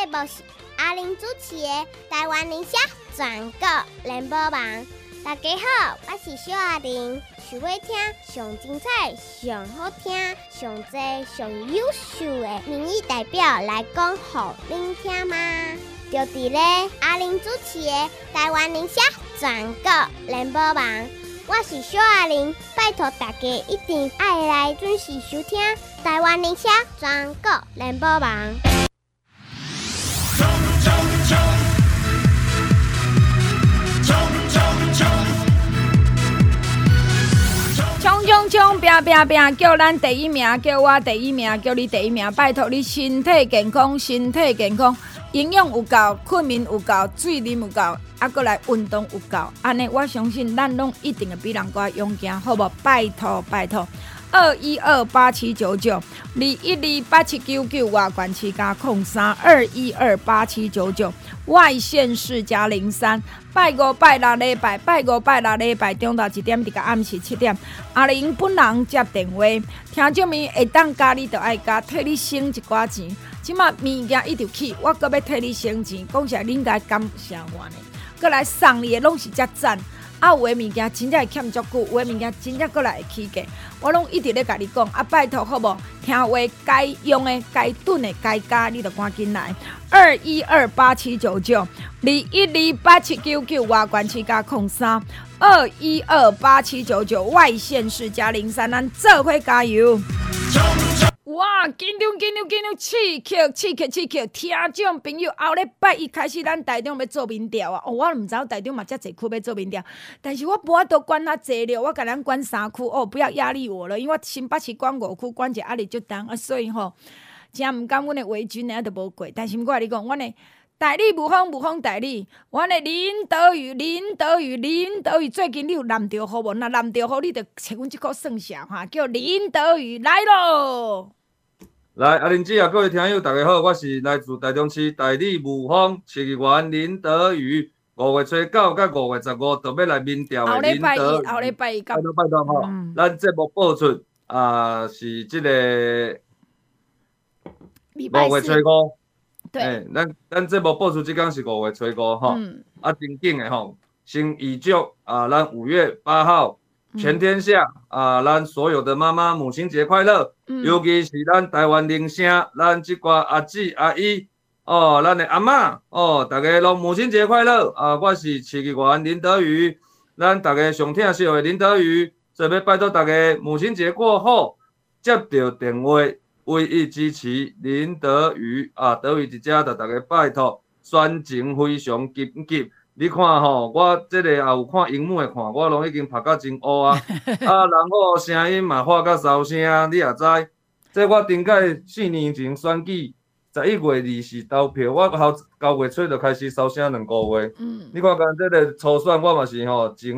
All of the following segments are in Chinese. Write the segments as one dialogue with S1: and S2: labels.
S1: 节目是阿玲主持的台湾理社全国联播网。大家好，我是小阿玲。想要听上精彩、上好听、上多、上优秀的民意代表来讲给您听吗？就伫咧阿玲主持的台湾理社全国联播网。我是小阿玲，拜托大家一定要来准时收听台湾理社全国联播网。
S2: 冲冲冲，拼拼拼，叫咱第一名，叫我第一名，叫你第一名，拜托你身体健康，身体健康，营养有够，困眠有够，水啉有够，啊，搁来运动有够，安尼我相信咱拢一定会比人较勇敢，好无？拜托拜托。212879921287999外县市加0321287799外县市加03拜五拜六礼拜中昼1点到暗时7点，阿玲本人接电话，听众们会当加你就爱加，替你省一寡钱。即马物件一直起，我搁要替你省钱，讲实在你应该感谢我呢。搁来送你的拢是遮赞。啊，有的物件真正会欠足久，有的物件真正过来会起价，我拢一直咧甲你讲，啊，拜托好无？听话该用的、该炖的、该加，你就赶紧来。212879921287999外县市加0321287799外县市加03，咱做伙加油！哇！紧张！刺激！听众朋友，后礼拜一开始，咱台中要做民调啊！哦，我唔知道台中嘛遮侪区要做民调，但是我无法度管较济了，我甲咱管3区哦，不要压力我了，因为我新北市管5区，管一压力就重啊，所以吼，真毋甘阮的围军呢都无过，但是毋过我跟你讲，阮的代理无风代理，阮的林德宇，最近你有蓝调好无？那蓝调好，你就找阮即个算下哈，叫林德宇来咯。
S3: 来，阿玲姐啊，各位听友，大家好，我是来自台中市代理雾峰市议员林德宇。5月初9到5月15，就要来民调的林德宇。后礼拜一，拜托吼，咱节目播出是这个5月初5。对，咱节目播出这天是5月初5吼。正经的吼，先预祝咱5月8号。全天下咱所有的妈妈母亲节快乐！尤其是咱台湾铃声，咱这挂阿姊阿姨咱的阿嬷大家拢母亲节快乐！我是市议员林德宇，咱大家上疼惜的林德宇，准备拜托大家母亲节过后接到电话，唯一支持林德宇德宇一家就大家拜托，选情非常急。你看吼，我这个也有看荧幕的看，我拢已经拍到真乌啊！然后声音嘛发到烧声，你也知。这我顶个4年前选举11月24投票，我9月初就开始烧声2个月。你看刚这个初选，我嘛是吼前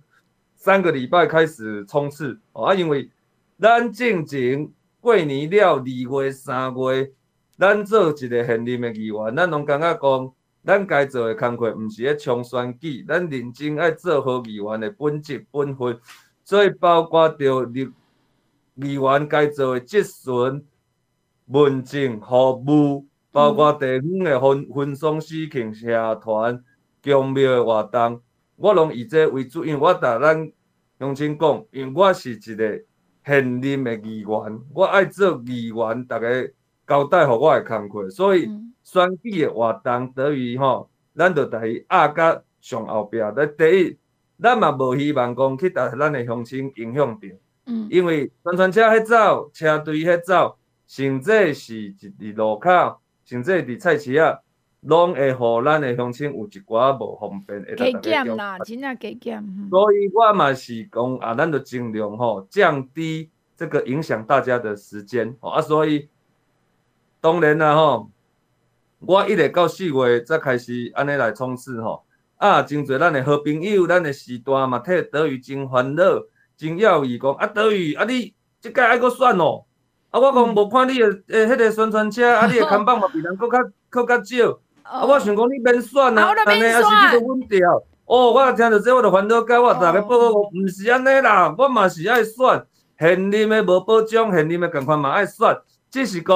S3: 3个礼拜开始冲刺因为咱正前过年了2月3月，咱做一个现任的议员，咱拢感觉讲。咱该做的工作，毋是咧冲选举，咱认真爱做好议员的本职本分，所以包括着议员该做的质询、问政、服务，包括地方的婚丧喜庆、社团、公庙的活动，我拢以这为主，因为我甲咱乡亲讲，因为我是一个现任的议员，我爱做议员，大家交代互我的工作，所以。选举的活动等于咱就在压到上后壁。第一，咱嘛无希望讲去甲咱的乡亲影响着，因为宣传车迄走，车队迄走，甚至是伫路口，甚至伫菜市仔，拢会互咱的乡亲有一寡无方便，会
S2: 加减啦，真正加减。
S3: 所以我嘛是讲咱就尽量降低这个影响大家的时间所以当然啦我1月到4月才开始安尼来冲刺真侪咱的好朋友，咱的时代嘛替德宇真烦恼，真要伊讲德宇你即届爱搁选我讲无看你的迄个宣传车你的看板嘛比人搁较少我想讲你免选安尼是你个稳调我听到这我就烦恼解，我大家报告讲毋是安尼啦，我嘛是爱选现任的无保障，现任的共款嘛爱选，只是讲。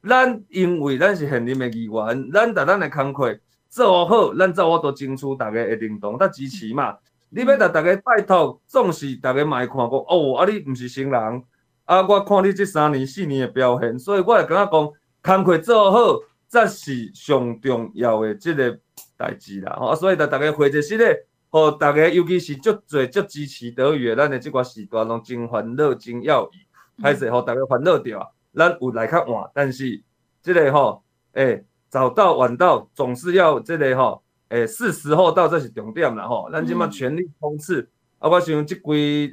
S3: 咱因为咱是现任的议员，咱逐咱的工课做好，咱照我都争取大家会认同、甲支持嘛。你要甲大家拜托，总是大家嘛会看讲哦，啊你毋是新人，啊我看你这3年4年的表现，所以我会感觉讲工课做好才是上重要的这个代志啦。吼，所以大家会一室咧，互大家尤其是足侪足支持德语的，咱的即个时段拢真烦恼真要义，歹势互大家烦恼着啊。咱有来较晚，但是这个吼，早到晚到总是要这个吼。是时候到，这是重点啦吼！咱即马全力冲刺，我想这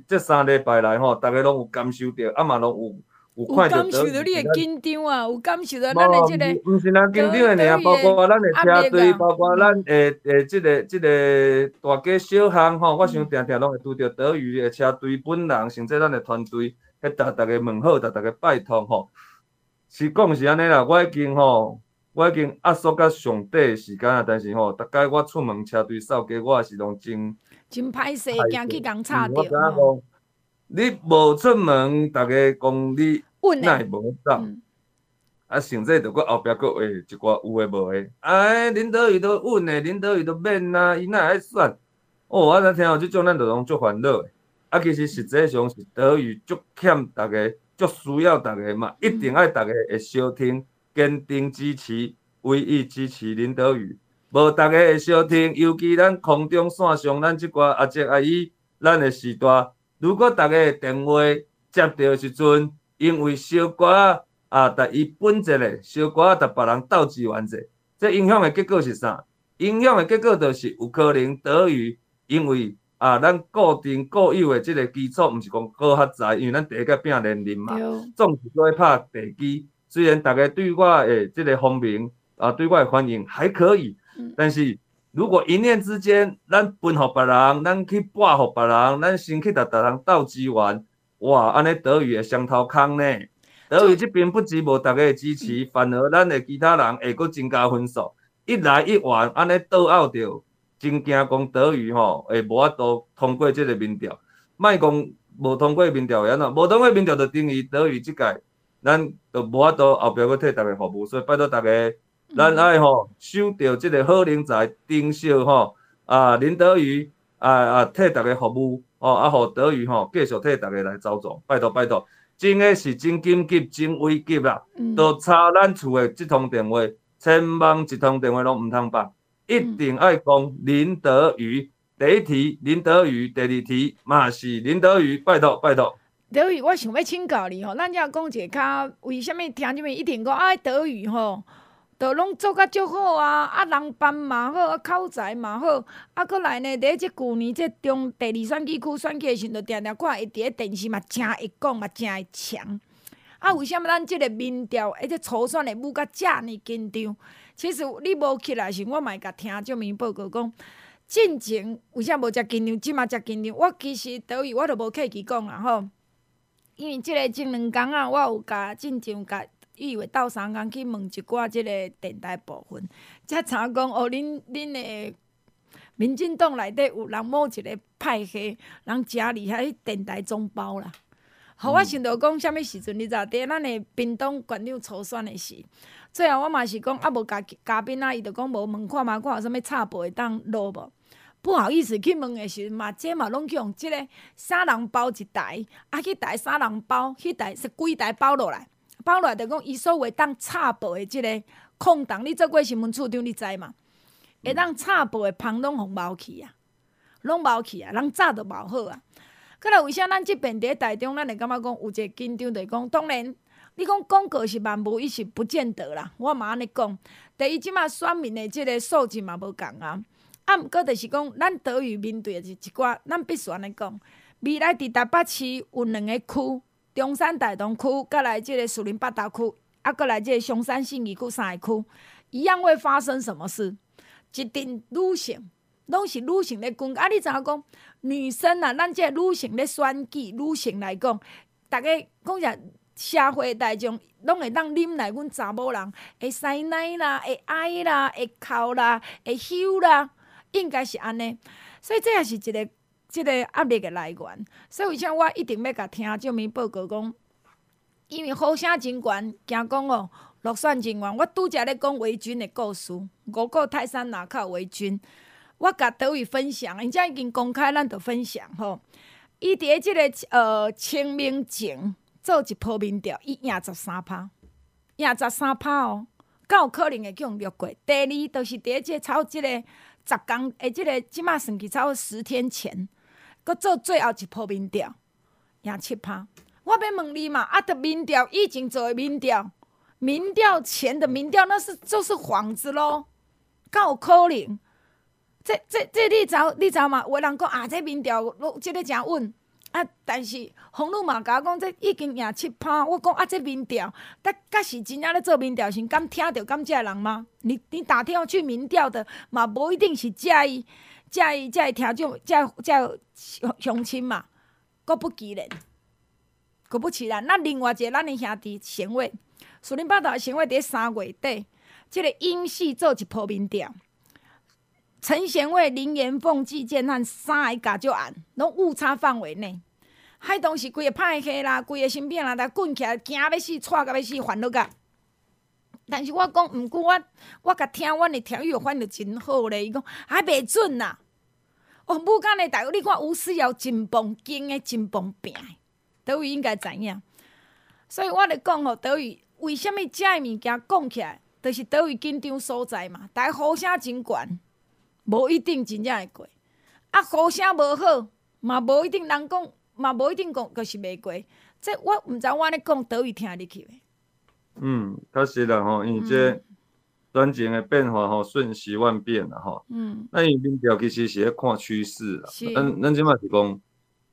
S3: 3礼拜来吼，大家拢有感受到，嘛拢有看到。
S2: 有感受到你的紧张啊，有感受到咱的这个。
S3: 毋是咱紧张的尔，包括咱的车队，包括咱这个大家小项吼，我想定定拢会拄到德语的车队本人，甚至咱的团队，大家问好，大家拜托吼。是讲是安尼啦，我已经压缩到上底的时间啊，但是吼，大概我出门车队扫街，我也是拢真
S2: 歹势，惊去共吵着。
S3: 我感觉讲，你无出门，大家讲你哪会无走？啊，甚至着搁后壁搁话一寡有诶无诶，林德宇都稳诶，林德宇都免啊，伊哪会爱选？哦，我才听到即种，咱着拢足烦恼诶。啊，其实实际上是德宇足欠大家，足需要大家嘛，一定爱大家会相听。坚定支持，唯一支持林德宇。无大家会相听，尤其咱空中线上咱即寡阿姐阿姨，咱的时代，如果大家的电话接到的时阵，因为小可甲伊本节咧，小可甲别人斗志完者，这影响的结果是啥？影响的结果就是有可能德宇因为咱固定固有的即个基础，毋是讲高较侪，因为咱第一个拼年龄嘛，总是做拍地基。虽然大家对我的这个风评对我的欢迎还可以，但是如果一念之间，咱分互别人，咱去拨互别人，咱先去甲别人斗资源，哇，安尼德语会双头空呢。德语这边不止无大家的支持，反而咱的其他人会阁增加分数，一来一往，安尼倒拗着，真惊讲德语吼会无法度通过这个民调。莫讲无通过民调安怎？无通过民调就等于德语这届。咱就无法度后壁要替大家服务，所以拜托大家，咱爱吼守着即个好人才，珍惜吼林德宇替大家服务互德宇吼继续替大家来走总，拜托拜托，真诶是真紧急、真危急啦！都插咱厝诶即通电话，千万一通电话拢毋通放，一定爱讲林德宇。第一题林德宇，第二题嘛是林德宇，拜托拜托。
S2: 德语，我想要请教你吼，咱遮讲一个较为虾米听即面一定讲德语吼，都拢做甲足好啊，人办嘛好，口才嘛好，搁来呢，伫即旧年即第2选举区选举的时阵，定定看伊伫咧电视嘛，真会讲嘛，真会强。为什么咱即个民调即初选的舞甲遮尔紧张？其实你无起来时，我嘛会甲听这面报告讲，进前为啥无遮紧张，即嘛遮紧张？我其实德语我都无客气讲啦吼。因为即个前2工我有甲进前甲预约斗3工去问一寡即个电台部分，才查讲恁的民进党内底有人某一个派系，人真厉害，电台总包啦。互我想到讲，啥物时阵你知？伫咱的屏东县长初选的时，最后我嘛是讲无嘉宾伊就讲无问看嘛，看有啥物插播会当录无？不好意思，去问的时嘛，这嘛拢去用即个3人包一台，去台3人包，迄台是几台包落来，就讲伊所有当插播的即个空档，你做过新闻处长，你知嘛？会当插播的棚拢互毛去啊，人早就毛好啊。搁来为啥咱即边伫台中，咱会感觉讲有一个紧张，就是讲，当然你讲广告是万无一失，不见得啦。我嘛安尼讲，第一即马选民的即个素质嘛无共啊。毋过就是讲，咱德语面对的是一寡，咱必须安尼讲。未来伫台北市有2个区，中山大同区，佮来即个士林八大区，佮来即个松山信义区3个区，一样会发生什么事？一定女性，拢是女性咧管。你知影讲，女生啊，咱即个女性咧选举，女性来讲，大家讲一下社会大众拢会当啉来，阮查某人会塞奶啦，会哀啦，会哭啦，会羞啦。应该是安尼，所以这也是一个压力的来源。所以为啥我一定要甲听这面报告讲，因为呼声真悬，惊讲落选人员，我拄则咧讲维军的故事，五股泰山哪靠维军，我甲倒位分享，因遮已经公开，咱就分享吼。伊伫即个清明前做一波民调，伊赢13%，赢13%哦，敢有可能会叫掠过？第二，就是伫即超即个10天诶，即个即马算起超10天前，佮做最后一波民调，赢7%。我要问你嘛，啊，民调以前做的民调前的民调，那就是幌子咯，敢有可能？这你知嘛？有人讲啊，这民调这个真稳啊，但是洪路嘛甲我讲，这已经赢7%。我讲啊，这民调，甲是真正咧做民调时，敢听到敢这人吗？你打电话去民调的嘛，无一定是这听众这乡亲嘛，果不其然。果不其然，咱另外一个咱的兄弟贤伟，树林北投的贤伟伫3月底，即个英系做一波民调，陈贤伟、林延凤、季建汉3个加就案，拢误差范围内。海当时规个歹下啦，规个身边人滚起来，惊要死，喘到要死，烦恼甲。但是我讲，毋过我甲听阮的听友反应真好咧，伊讲还袂准啦。哦，武港的大学，你看吴思瑶真棒经的，真棒拼的。倒位应该知影，所以我咧讲吼，倒位为什么遮个物件讲起来，就是倒位紧张所在嘛。大家呼声真悬，无一定真正会过；啊，呼声无好，嘛无一定人讲，嘛无一定讲，就是袂过。这我毋知我咧讲倒位听入去袂？
S3: 确实啦吼，因为这选情的变化吼，瞬息万变啦吼。咱伊民调其实是咧看趋势啦。咱即摆是讲。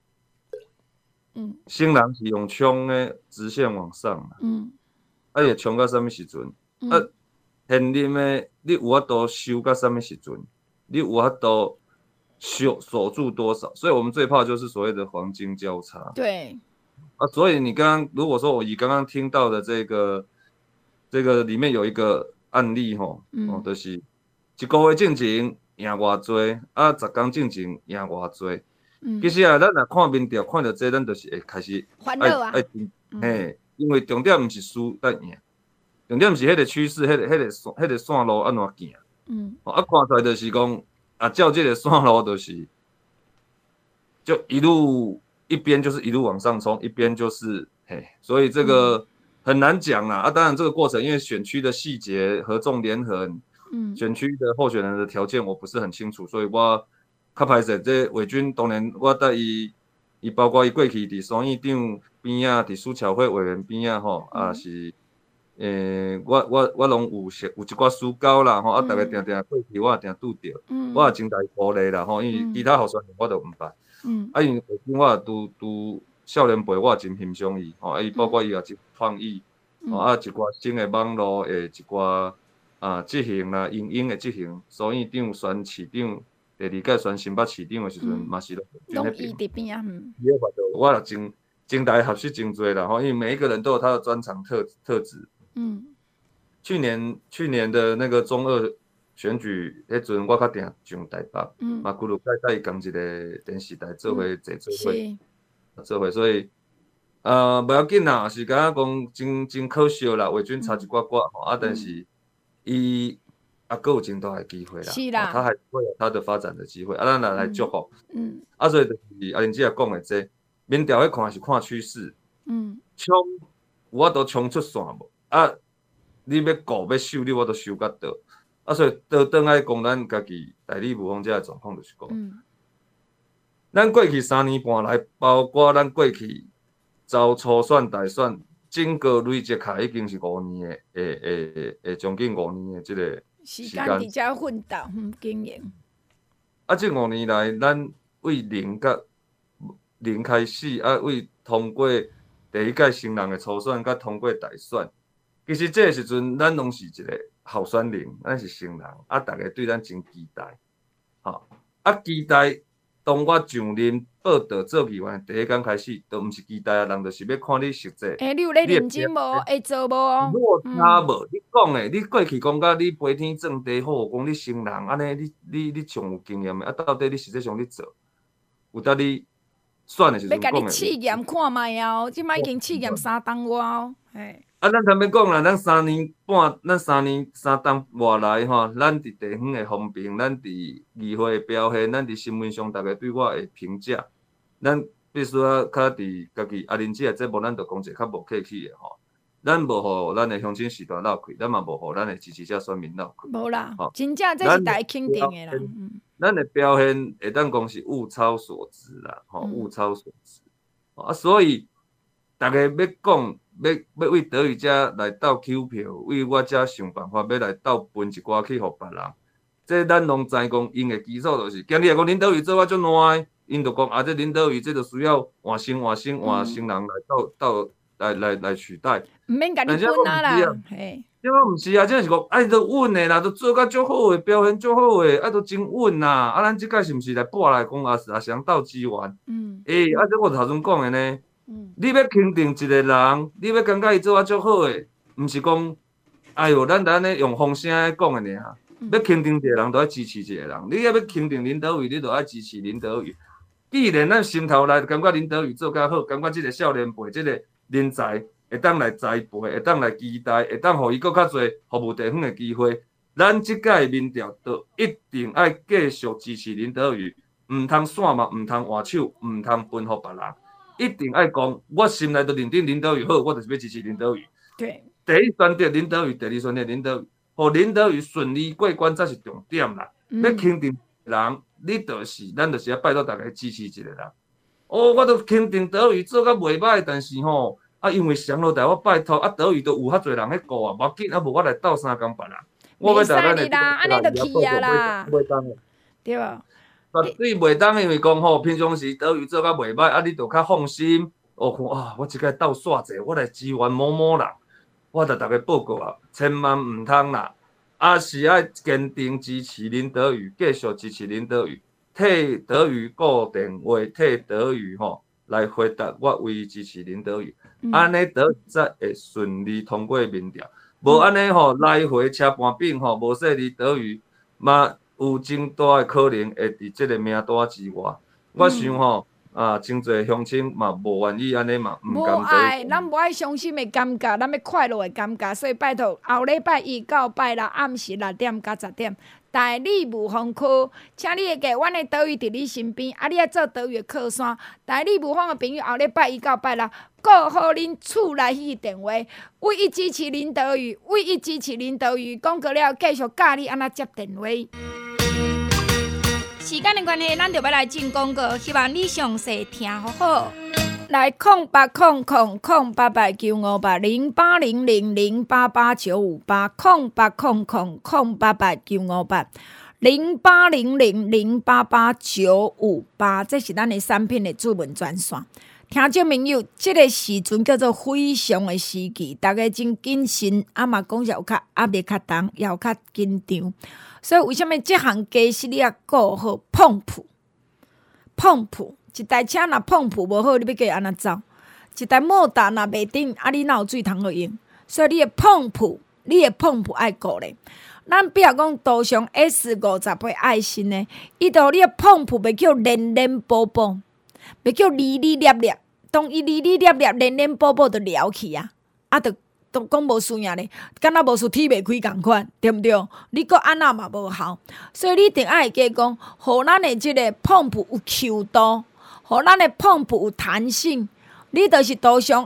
S3: 新人是用冲的直线往上嘛，啊，会冲到什么时阵？啊，现任的你有法度收到什么时阵？你有法度守住多少？所以我们最怕就是所谓的黄金交叉。
S2: 对。
S3: 啊，所以你如果说我以刚刚听到的这个里面有一个案例吼，就是一个月进前赢偌济，啊，10天进前赢偌济。其实啊，咱若看民调看到这，咱就是会开始
S2: 烦恼啊。
S3: 因为重点毋是输得赢，重点是迄个趋势，迄个线路安怎行。啊，看出来就是讲啊，照这个线路就是就一边就是一路往上冲，一边就是所以这个很难讲啦。啊，当然这个过程因为选区的细节、合纵连横，选区的候选人的条件我不是很清楚，所以我。较歹势，这魏军当然，我甲伊包括伊过去伫参院长边仔，伫苏巧慧委员边仔吼，啊是，我拢有一寡私交啦吼，啊，大家定过去我也定拄着，我也真大鼓励啦吼，因为其他候选人我都毋捌，啊，因为魏军我也拄少年辈，我也真欣赏伊吼，啊，伊包括伊也真创意，啊，一寡新的网络的一寡执行啦，影音的执行，参院长选市长。第二届选新北市长的时阵，嘛是拢伊伫边啊。我也真大合适真多啦吼，因为每一个人都有他的专长特质。去年的那个中二选举，迄阵我较定上台北，嘛规路在伊共一个电视台做伙做伙，所以无要紧啦，是敢讲真可惜啦，魏军差一寡吼，啊，但是伊。还有真大的机会啦，
S2: 是啦，
S3: 他还会有他的发展的机会，咱来祝福。所以就是阿玲姐也讲的这，民调迄看是看趋势，冲有法度冲出线无？啊，你要顾要收，你有法度收到倒？所以倒来讲，咱家己代理无方这个状况就是讲，咱过去3年半来，包括咱过去招初选、大选，整个累积下已经是5年的，将近5年的这个。
S2: 时间伫遮奋斗，经营。
S3: 这5年来，咱为零开始，为通过第一届新人的初选，甲通过大选，其实这个时阵，咱拢是一个候选人，咱是新人，大家对咱真期待，期待。当我上任报道做议员第一天开始，都毋是期待人就是要看你实际。
S2: 你有咧认真无？会做无？
S3: 落差无？你讲诶，你过去讲甲你飞天正地好，讲你新人安尼，你上有经验诶，到底你实际上你做，有当你选诶时阵讲诶。
S2: 要甲你试验看卖啊！即摆已经试验3档外哦，
S3: 咱坦白讲啦，咱3年半，咱3年3冬外来吼，咱伫地方的风评，咱伫议会的表现，咱伫新闻上大家对我的评价，咱必须较伫家己阿玲姐的节目，咱就讲者较无客气的吼。咱无互咱的乡亲时代闹开，咱嘛无互咱的支持者选民闹开。
S2: 无啦，真正这是大家肯定的啦。
S3: 咱的表现会当讲是物超所值啦，物超所值。所以大家要讲。要为德语遮来斗抢票，为我遮想办法要来斗分一寡去互别人。这咱拢知讲，因的基础就是，今日来讲林德宇做我足烂，因就讲这林德宇这就需要换新人来取代。
S2: 唔免甲你分啊啦，嘿。
S3: 这我毋是啊，这是讲都稳的啦，都做甲足好的，表现足好的，都真稳啦。咱即摆是毋是来搏来讲也是当资源？这我头先讲的呢。你要肯定一个人，你要感觉伊做啊足好诶，毋是讲，哎哟，咱咧用风声讲诶尔。要肯定一个人，就要支持一个人。你要肯定林德宇，你就要支持林德宇。既然咱心头内感觉林德宇做较好，感觉即个少年辈、即个人才会当来栽培，会当来期待，会当互伊搁较侪服务地方诶机会，咱即届民调就一定要继续支持林德宇，毋通散嘛，毋通换手，毋通分互别人。一定要讲，我心内都认定林德宇好，我就是要支持林德宇。
S2: 对，
S3: 第一选择林德宇，第二选择林德宇，互林德宇顺利过关才是重点啦。要肯定人，你咱就是要拜托大家支持一个人。我都肯定德宇做甲袂歹，但是吼，因为上落台我拜托，德宇都有遐侪人喺顾啊，无要紧，无我来斗三工别人。我要大家
S2: 啦，安尼就去啊啦，对吧？
S3: 绝对袂当，因为讲吼，平常时德宇做甲袂歹，你就较放心。我即个斗煞者，我来支援某人，我甲大家报告啊，千万毋通啦，是要坚定支持林德宇，继续支持林德宇，替德宇固电话，替德宇来回答我为伊支持林德宇，安尼德宇才会顺利通过民调，无安尼来回车搬饼无说你德宇嘛。有真大的可能会伫即个名单之外，我想真侪乡亲嘛无愿意安尼嘛，毋甘做。
S2: 咱无爱伤心的感觉，咱要快乐的感觉，所以拜托后礼拜1到拜6暗时6点到10点，大理武防区，请你会记阮的德语伫你身边，你爱做德语的靠山。大理武防的朋友后礼拜1到拜6，顾好恁厝内迄个电话，为伊支持林德宇，为伊支持林德宇，讲过了继续教你安怎接电话。时间的关系，咱就要来进广告，希望你详细听好好。来0800-088-9580888-958，这是咱的产品的主文专线。听众朋友，这个时阵叫做非常的时期，大家真谨慎，嘛讲有较压力较重，也有较紧张。所以为什么这项家是你要顾好碰谱？一台车若碰谱无好，你要叫伊安怎走？一台摩达若袂顶，你哪有水通好用？所以你的碰谱爱顾咧。咱比如讲，图上 S58爱心的，伊就你的碰谱袂叫连连波波，袂叫哩哩粒粒。当伊哩哩粒粒、连连波波就了去啊，都讲无需要咧，敢若无事天袂开共款，对毋对？你搁安那嘛无效，所以你一定爱会记讲，互咱的即个碰谱有 Q 度，互咱的碰谱有弹性。你就是图上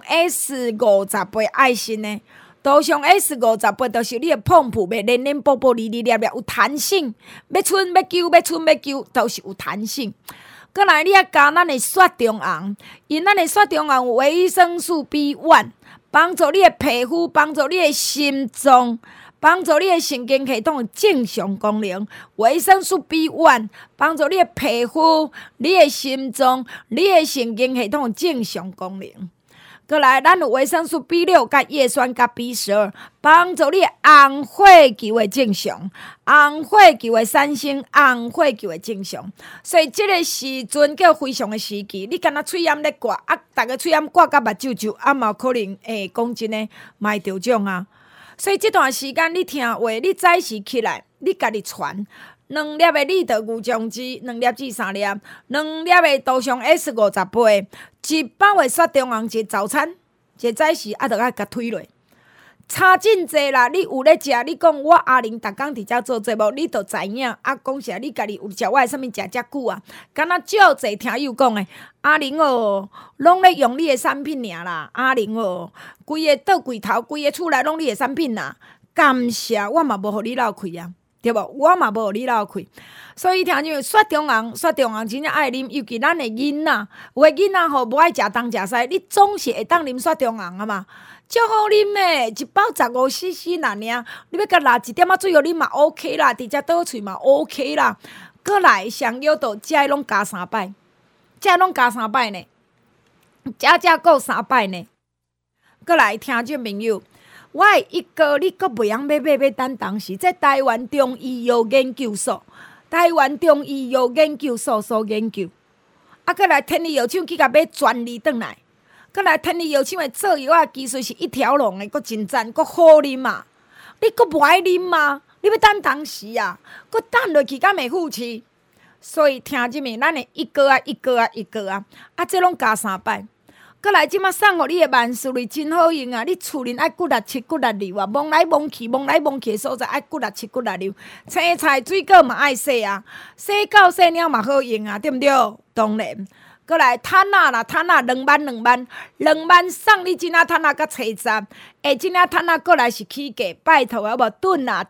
S2: S58爱心的，图上 S58就是你的碰谱袂连连波波哩哩粒粒有弹性，要伸要揪，要伸要揪，都是有弹性。过来，你啊加咱的雪中红，因咱的雪中红有维生素 B1。帮助你的皮肤，帮助你的心脏，帮助你的神经系统正常功能。维生素 B1 帮助你的皮肤、你的心脏、你的神经系统正常功能。过来，咱有维生素 B6 甲叶酸甲 B12，帮助你的红血球的正常，红血球的产生，红血球的正常。所以这个时阵叫非常的时期，你敢若喙炎咧刮，大家喙炎刮甲目睭睭，嘛有可能讲真诶，会着奖啊。所以这段时间你听话，你早时起来，你家己传。2粒的利得牛酱汁，2粒至3粒，2粒的杜尚 S58，1包的雪中红，一个早餐，一个早时就爱甲推落。 差真济啦！你有咧食，你讲我阿玲逐工伫遮做节目，你就知影。啊，讲实你家己有食我诶啥物食遮久啊？敢若少济听友讲诶，阿玲哦，拢咧用你诶产品尔啦。阿玲哦，规个倒柜头，规个厝内拢你诶产品啦。感谢，我嘛无互你漏开啊，对无？我嘛无互你漏开。所以听见雪中红真正爱啉，尤其咱诶囡仔，有诶囡仔吼无爱食东食西，你总是会当啉雪中红啊嘛。足好啉诶，一包15cc 啦尔，你要甲拉一点仔水互啉嘛 OK 啦，直接倒喙嘛 OK 啦。过来上药道，遮拢加3摆，遮拢加3摆呢，遮够3摆呢。过来听众朋友，我的一个你阁袂晓买，等当时在台湾中医药研究所，所研究，啊，过来天理药厂去甲买专利转来。过来，天理药厂的做药啊，技术是一条龙的，阁真赞，阁好啉嘛。你阁无爱啉吗？你要等当时啊，阁等落去敢袂付气。所以听即面，咱的一个啊，啊，这拢加3摆。过来，即马送互你的万事瑞真好用啊！你厝里爱骨力7、骨力6啊，摸来摸去的所在爱骨力7、骨力6。青菜水果嘛爱洗啊，洗到洗了嘛好用啊，对毋对？当然。过来摊啊啦，摊啊2万送你真仔摊啊甲车站，真仔摊啊过来是起价，拜托好无？顿啊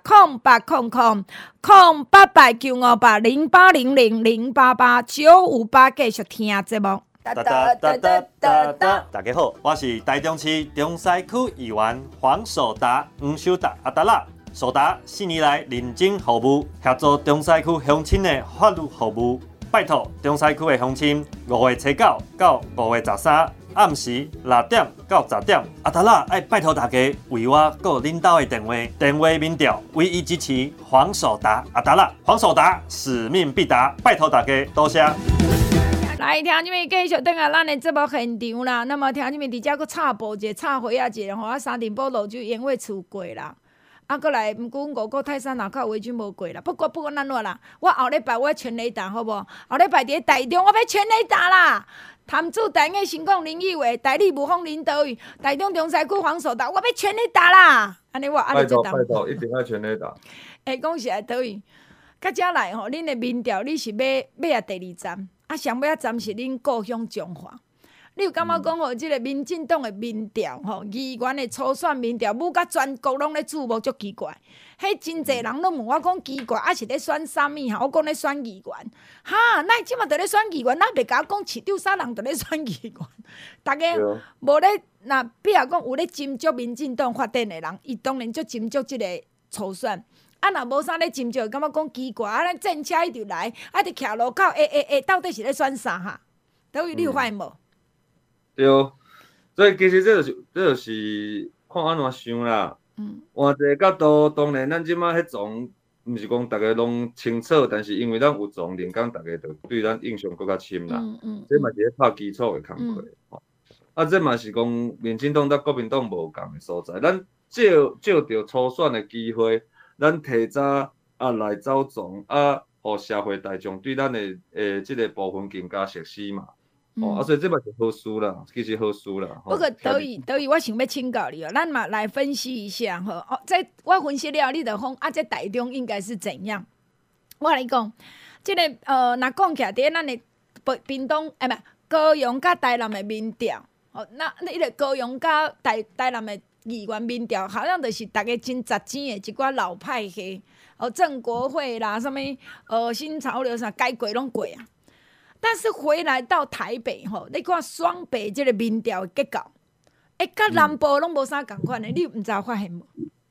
S2: ，0800-958-0800-0800088-958继续听节目。
S4: 大家好，我是台中市中西区议员黄守达、黄守达阿达拉。守达4年来认真服务，协助中西区乡亲的法律服务。拜托中西区的乡亲，5月初9到5月13暗时6点到10点，阿达拉爱拜托大家为我个领导的电话民调，唯一支持黄守达阿达拉，黄守达使命必达，拜托大家多谢。
S2: 来，听你们继续等下咱的节目现场啦。那么听你们伫遮佫插播一下，插花啊一下，吼，三重埔路就烟火厝过啦。啊，过来，毋过五股泰山路口围军无过啦。不过咱怎啦？我后礼拜我要全雷达，好无？后礼拜伫台中，我要全雷达啦。潭子台艺新港林义伟，台里无风林德宇，台中中西区黄守达，我要全雷达啦。安尼就当。拜
S3: 托，一定要全雷达。
S2: 讲实在德宇，到遮来吼，恁的民调你是要啊第2站，啊上尾啊站是恁故乡中华。你有感觉讲吼，即个民进党的民调吼，议员的初选民调，母甲全国拢咧注目，足奇怪。迄真侪人拢问我讲奇怪，是咧选啥物哈？我讲咧选议员，哈，那即马就咧选议员，咱袂甲我讲市长啥人就咧选议员。大家无咧，那比如讲有咧斟酌民进党发展的人，伊当然足斟酌即个初选。啊，若无啥咧斟酌，感觉讲奇怪，啊，咱战车伊就来，啊，伫徛路口，到底是咧选啥哈？等于你有发现无？
S3: 对，所以其实这就是看安怎想啦。换一个角度，当然咱即马迄种，毋是讲大家拢清楚，但是因为咱有种连讲，大家就对咱印象更较深啦。这嘛是咧拍基础的工课。啊，这嘛是讲民进党甲国民党无共的所在。咱借着初选的机会，咱提早来走总互社会大众对咱的即个部分更加熟悉嘛。所以这嘛是好事啦，其实好事啦。
S2: 不过德语，我想要请教你咱嘛来分析一下吼。我分析了，你就讲这台中应该是怎样？我来讲，这个若讲起来，伫咱的屏东高雄甲台南的民调，那个高雄甲台南的议员民调，好像就是大家真值钱的一寡老派系，郑国会啦，什么新潮流啥，该过拢过啊。但是回来到台北吼，你看双北这个民调结果，甲南部拢无啥共款的，你毋知有发现无？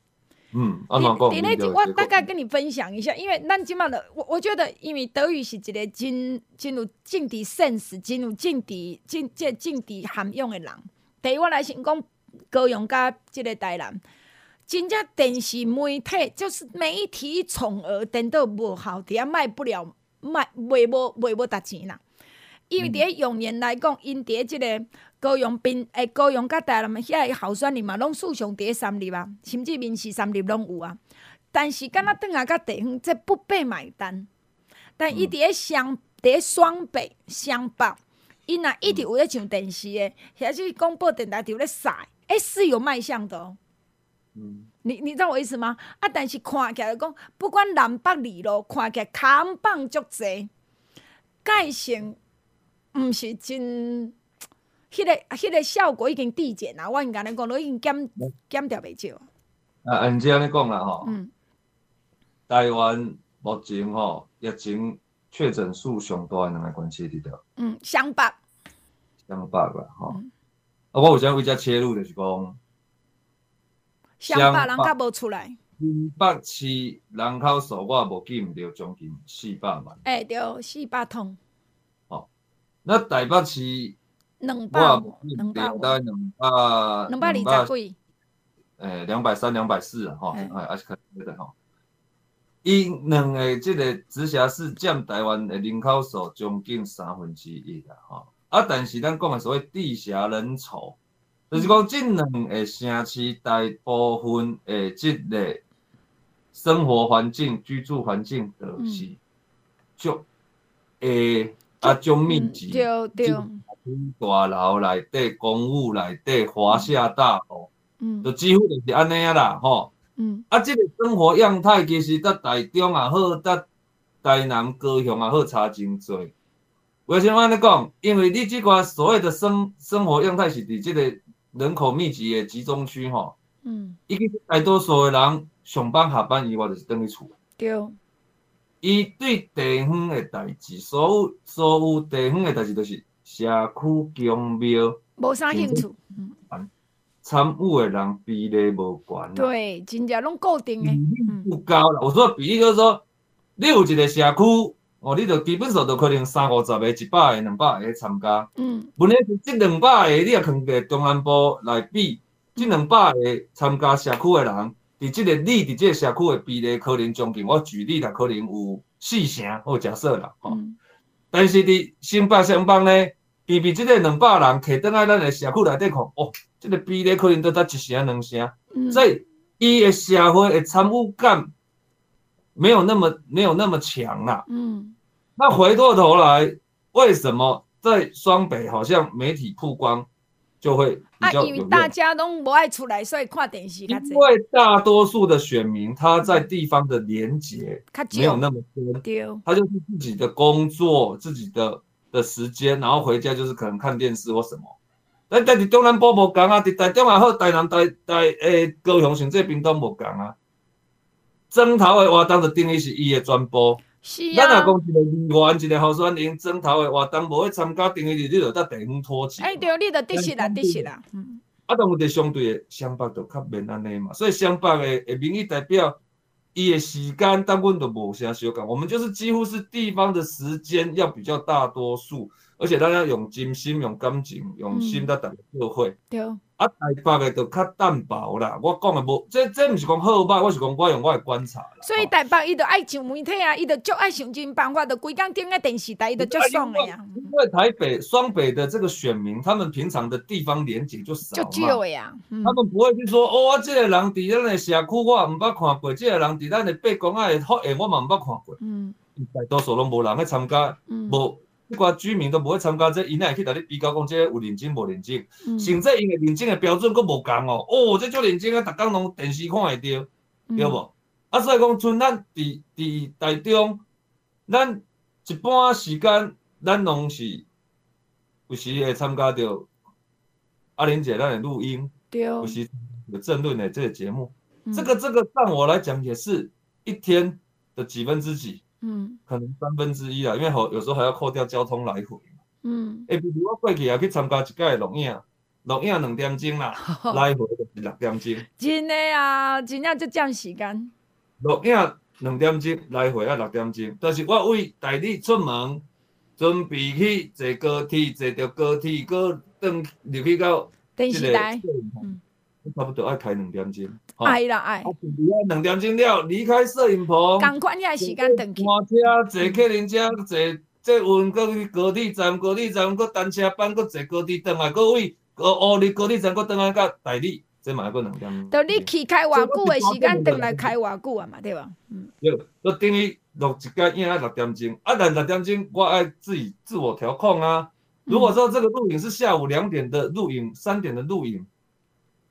S2: 我大概跟你分享一下，因为咱即马的，我觉得，因为德语是一个真有政治 sense、真有政治涵养的人。对我来先讲，高雄甲这个台南，真正电视媒体就是媒体宠儿，等到无效，底下卖无值钱啦。因为伫用年来讲，因伫即个高雄甲台南遐候选人嘛，拢数上伫3立啊，甚至民视3立拢有啊。但是敢若转来甲地方，这不被买单。但伊伫双北、双北，伊若一直有咧上电视的，或是广播电台就咧晒，是有卖相的哦。 你知道我意思吗？啊，但是看起来讲，不管南北二路，看起来扛棒足济，盖成毋是真，迄个效果已经递减啦。我应该讲，都已经减掉袂少。
S3: 按这样尼讲啦吼，台湾目前吼疫情确诊数上大的两个关系伫倒？
S2: 湘北
S3: 啦吼。我有啥为遮切入就是讲。
S2: 湘北人较无出来，
S3: 新北市人口数我无记毋着，将近400万。
S2: 对，400通。
S3: 那台北市
S2: 200，
S3: 大概
S2: 220几。
S3: 230、240啊，还是可能的吼。伊两个即个直辖市占台湾的人口数将近1/3啦吼。但是咱讲的所谓地狭人稠。就是讲，这两个城市大部分的这个生活环境、居住环境，就是足足密集，
S2: 对，
S3: 大楼内底、公寓内底、华夏大楼，就几乎就是安尼啊啦，吼。这个生活样态其实在台中也好，在台南、高雄也好，差真多。为什么安尼讲？因为你这个所谓的生活样态是伫这个人口密集的集中区吼，已经大多数的人上班下班以外就是等于厝。
S2: 对。
S3: 伊对地方的代志，所有地方的代志，就是社区公庙，
S2: 无啥兴趣。
S3: 参与的人比例无悬。
S2: 对，真正拢固定的。
S3: 不高啦。我说的比例就是说，你有一个社区。你就基本上就可能30-50个、100个、200个参加。问题是这200个，你也放在中南部来比，这200个参加社区的人，你伫这个社区的比例可能将近，我举例啦，可能有4成，我假设啦。但是伫新北乡邦呢，偏偏这个200人摕倒来咱的社区内底看，这个比例可能都才1成2成，所以伊的社会的参与感没有那么强啦。那回过头来，为什么在双北好像媒体曝光就会比较有用？
S2: 因为大家都不爱出来，所以看电视。
S3: 因为大多数的选民他在地方的连结没有那么深，他就是自己的工作、自己的时间，然后回家就是可能看电视或什么。但是中南部无同啊，伫台中也好，台南、高雄甚至屏东无同啊。征头的活动就等于是伊的全部。咱若讲一个议员、一个候选人征头的活动无去参加，等于你就在地方拖钱。
S2: 对，你就得失啦。
S3: 但问题相对的，湘北就较免安尼嘛，所以湘北的民意代表，伊的时间，但阮就无啥相干。我们就是几乎是地方的时间要比较大多数，而且咱要用真心、用感情、用心在大家做伙。
S2: 对。
S3: 台北的就较淡薄啦，我讲的无，这不是讲好歹，我是讲我用我的观察啦。
S2: 所以台北伊就爱上媒体啊，伊就足爱想尽办法，就规工顶个电视台，伊就足爽的呀。
S3: 因为台北、双北的这个选民，他们平常的地方连结就少嘛，
S2: 就少的呀。
S3: 他们不会去说，我这个人伫咱的社区我唔捌看过，这个人伫咱的八公仔的福宴我嘛唔捌看过。大多数拢无人去参加，无。迄寡居民都无会参加，这伊哪会去甲你比较讲，这有认真无认真？甚至因为认真的标准佫无共哦。这足认真啊，逐工拢电视看会到，对无？所以讲，像咱伫台中，咱一般时间，咱拢是有时会参加到阿玲姐咱的录音，有时有政论的这个节目。这个让我来讲也是一天的几分之几。可能1/3啦，因为有时候还要扣掉交通来回嘛。比如我过去也去参加一届的录影2点钟啦，来回就是6点钟。
S2: 真的啊，真正就占时间。
S3: 录影2点钟，来回6点钟。但是我为台里出门，准备去坐高铁，坐到高铁，搁转入去到
S2: 电视台。
S3: 差不多爱开2点钟。
S2: 爱啦爱。
S3: 2点钟了，离开摄影棚，
S2: 赶快遐时间转去。
S3: 换车，坐客人车，坐运，搁去高铁站，搁单车班，搁坐高铁转来，搁位乌里高铁站，搁转来到台里，这嘛搁2点。
S2: 就你去开偌久的时间，转来开偌久啊嘛，对吧？
S3: 对，就等于录一届影6点钟，但6点钟我爱自我调控啊。如果说这个录影是下午2点的录影，3点的录影。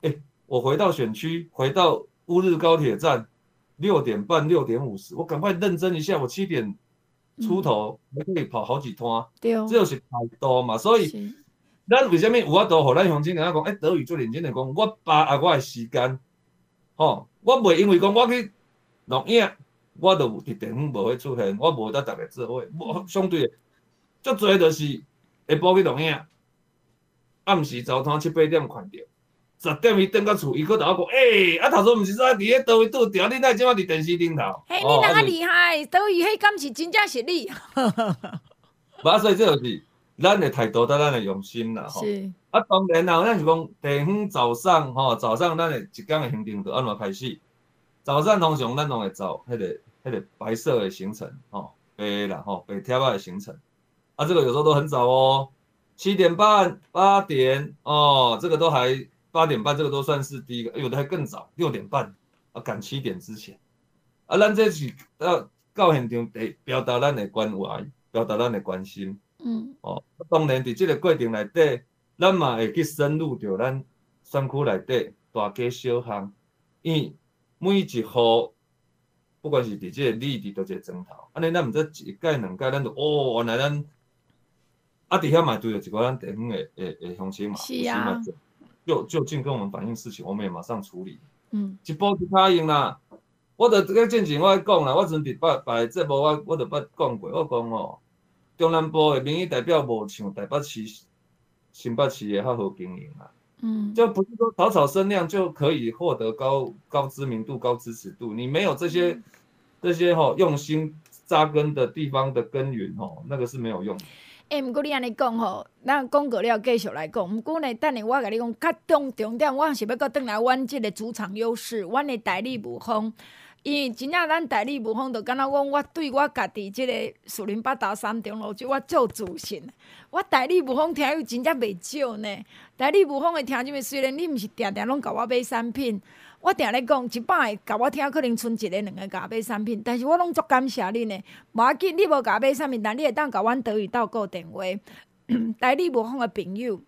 S3: 我回到选区，回到乌日高铁站，6点半、6点50，我赶快认真一下，我7点出头，我可以跑好几趟，
S2: 对，
S3: 这就是排多嘛。所以，咱为什么有法度？互咱乡亲跟咱讲，德语最认真的讲，我把握我的时间，吼，我袂因为讲我去录影，我就伫地方无会出现，我无得逐个做伙，相对的，足侪就是下晡去录影，暗时早摊7、8点看着。10点伊转到厝，伊搁甲我讲，头先毋是说伫咧倒位拄着，你哪即马伫电视顶头？
S2: 嘿，你哪厉害？倒位迄敢是真正是你？
S3: 无，所以这就是咱的态度，甲咱的用心啦。
S2: 是。
S3: 当然啦，咱是讲地方早上早上咱的一天的行程就安怎开始？早上通常咱拢会走迄个白色的行程，白啦白贴的行程。这个有时候都很早哦，7点半、8点这个都还。8点半这个都算是第一个，有的还更早，6点半赶7点之前。咱这是到现场得表达咱的关怀，表达咱的关心。当然伫这个过程内底，咱嘛会去深入到咱选区内底大街小巷，因为每一户，不管是伫这个里伫倒一个庄头，安尼咱毋知一届两届，咱就原来咱伫遐嘛对着一个咱地方的乡亲嘛，
S2: 是啊。
S3: 就近跟我们反映事情，我们也马上处理。一步一脚印啦。我就这之前我讲啦，我阵伫别节目我就捌讲过，我讲中南部的民意代表无像台北市、新北市的较好经营啦。就不是说草草声量就可以获得高知名度、高支持度，你没有这些用心扎根的地方的根源那个是没有用的。
S2: 毋过你安尼讲吼，咱讲过了继续来讲。毋过呢，等下我甲你讲较重点，我是要搁转来阮即个主场优势，阮的代理无风。因为真正咱代理无风，就敢若讲我对我家己即个树林北投3重路，我足自信。我代理无风听友真正袂少呢。代理无风的听众们，虽然你毋是定定拢甲我买产品，我定咧讲一摆甲我听，可能剩1个2个甲我买产品，但是我拢足感谢你呢。无要紧，你无甲我买产品，但你会当甲阮德语斗顾电话。代理无风的朋友，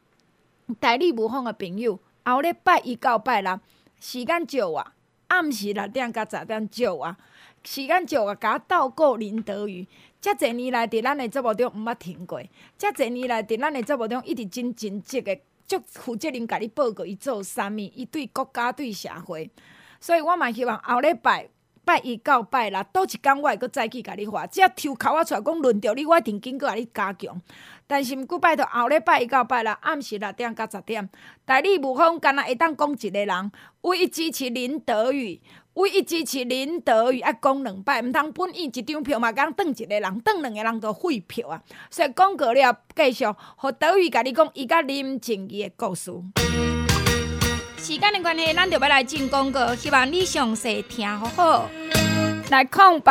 S2: 后礼拜1到拜6，时间少啊。暗时6点到10点少啊，时间少啊，甲我斗顾林德语。遮侪年来，伫咱的节目中毋捌停过。遮侪年来，伫咱的节目中一直真积极，足负责任，甲你报告伊做啥物，伊对国家对社会。所以我嘛希望后礼拜1到拜6，倒一天我会搁再去甲你发。只要抽口仔出来讲轮到你，我一定紧搁甲你加强。但是毋过拜托后礼拜1到拜6，暗时6点到10点，代理无风干那会当讲一个人，唯一支持林德语，爱讲2摆，毋通本意一张票嘛，讲转一个人，转2个人就废票啊。所以讲过了，继续，互德语甲你讲伊甲林静怡的故事。时间的关系，咱就要来进广告，希望你详细听好好。来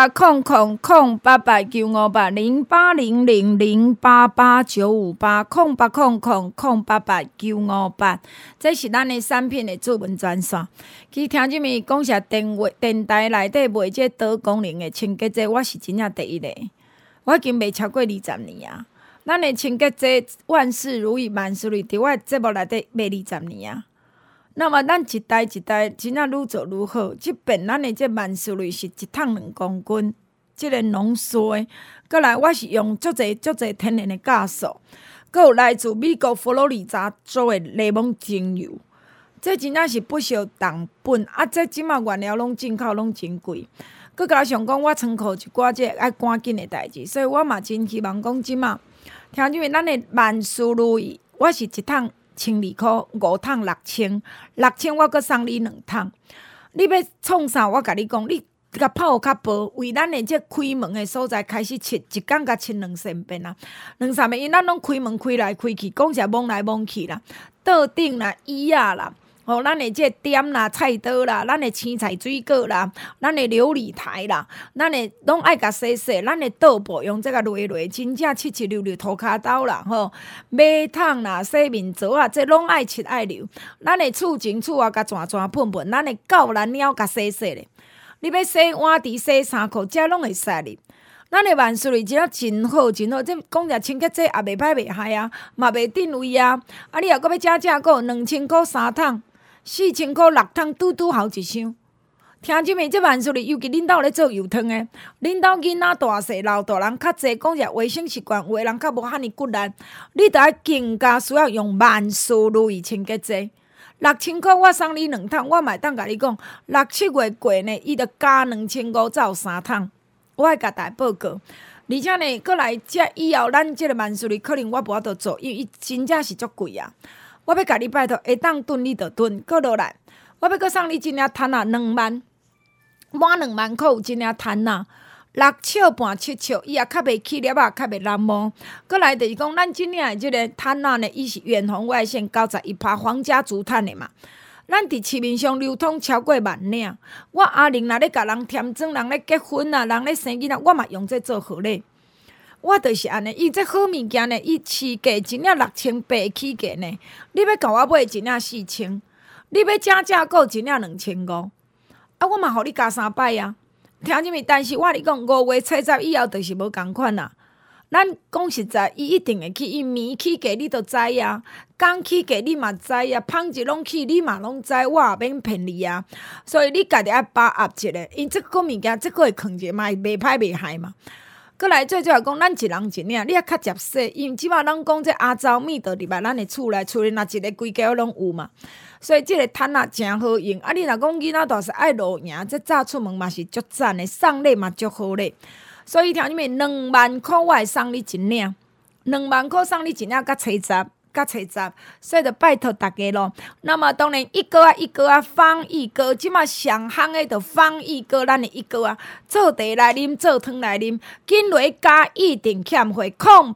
S2: 0800-088-958，0800-088-958，这是咱的产品的主文专线。其实听这面讲是电台内底卖这多功能的清洁剂，我是真正第一个，我已经卖超过20年啊。咱的清洁剂万事如意，万事如意，伫我的节目内底卖20年啊。那么咱一代真正愈做愈好，即边咱的这万事如意是1桶2公斤，即个浓缩的。过来我是用足侪天然的酵素，阁有来自美国佛罗里达州的柠檬精油，这真正是不烧重本。这即马原料拢进口拢真贵，阁加上讲我仓库一寡这爱赶紧的代志，所以我嘛真希望讲即马听见咱的万事如意，我是1桶12块，5桶6000我阁送你2桶。你要创啥？我甲你讲，你甲泡较薄，为咱的这开门的所在开始切，一工甲切2-3遍啊，2-3遍，因咱拢开门开来开去，讲是摸来摸去啦，桌顶啦、椅仔啦。咱的这点啦、菜刀啦、咱的青菜水果啦、咱的琉璃台啦、咱的拢爱甲洗，咱的桌布用这个螺，真正七溜涂骹刀啦马桶啦、洗面槽啊，这拢爱切爱留。咱的厝前厝外甲转喷，咱的狗蓝鸟甲洗咧。你要洗碗池、洗衫裤，这拢会使哩。咱的万事如意真好，这讲只清洁剂也袂歹袂害啊，嘛袂定位啊。你若搁要加价，搁2000块3桶。 4000块6桶，拄拄好一箱。听即面，即万事里，尤其恁兜咧做油汤诶，恁兜囡仔大细老大人较济，讲者卫生习惯，有诶人较无遐尼骨力，你着爱更加需要用万事如意清洁剂。6000块我送你2桶，我嘛会当甲你讲，6、7月过呢，伊着加2500才有3桶，我会甲大家报告。而且呢，过来遮以后，咱即个万事里可能我无法度做，因为伊真正是足贵啊。我要甲你拜托，会当囤你着囤，搁落来，我要搁送你一领摊啊，2万。满2万块有一领摊啊，6尺半7尺，伊也较袂起粒啊，较袂烂毛。过来就是讲，咱即领的即个摊啊呢，伊是远红外线91%皇家竹炭的嘛。咱伫市面上流通超过10000领。我阿玲若咧甲人添砖，人咧结婚啊，人咧生囡仔，我嘛用这做好咧。我就是安尼，伊这好物件呢，伊市价一领6800起价呢，你要甲我买一领4000，你要正购一领2500。啊，我嘛互你加3摆啊，听入面。但是我你讲5月初十以后，就是无共款啦。咱讲实在，伊一定会起，伊棉起价你都知啊，钢起价你嘛知啊，纺织拢起你嘛拢知，我也免骗你啊。所以你家己爱把握一下，因这个物件，这个会藏者嘛，袂歹袂害嘛。过来最主要讲，咱一人一领，你也较接细，因为即摆咱讲这阿糟米都入来咱的厝内，厝里若一个规家拢有嘛。所以即个摊啊真好用，啊！你若讲囡仔大细爱露营，这早出门嘛是足赞的，送礼嘛足好咧。所以听你们2万块我会送你一领，2万块送你一领，甲初十，所以就拜托大家咯。那么当然一哥啊，方一哥，即马上夯的就方一哥，咱的一哥啊，做茶来啉，做汤来啉，紧落加一定欠费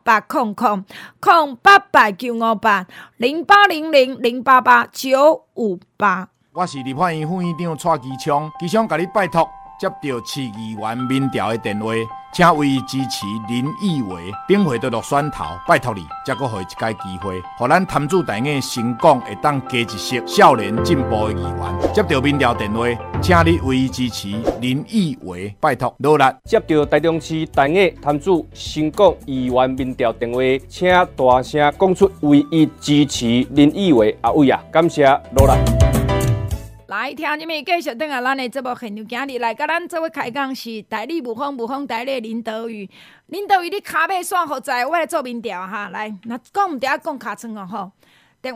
S2: ，0800-088-958。
S5: 我是立法院副院长蔡其昌，其昌甲你拜托。接到市议员民调的电话，请为支持林义伟，顶回就落选头，拜托你，再搁互一届机会，互咱潭子大雅成功会当加一席少年进步的议员。接到民调电话，请你为支持林义伟，拜托努力。
S6: 接到台中市大雅潭子成功议员民调电话，请大声讲出为伊支持林义伟阿伟啊，感谢努力。
S2: 来，听你们继续等下咱的节目现场，今日来甲咱做伙开讲是代理无风代理林德宇，你骹尾线何在？我来做民调哈，来，若讲毋对啊，讲尻川哦吼。电话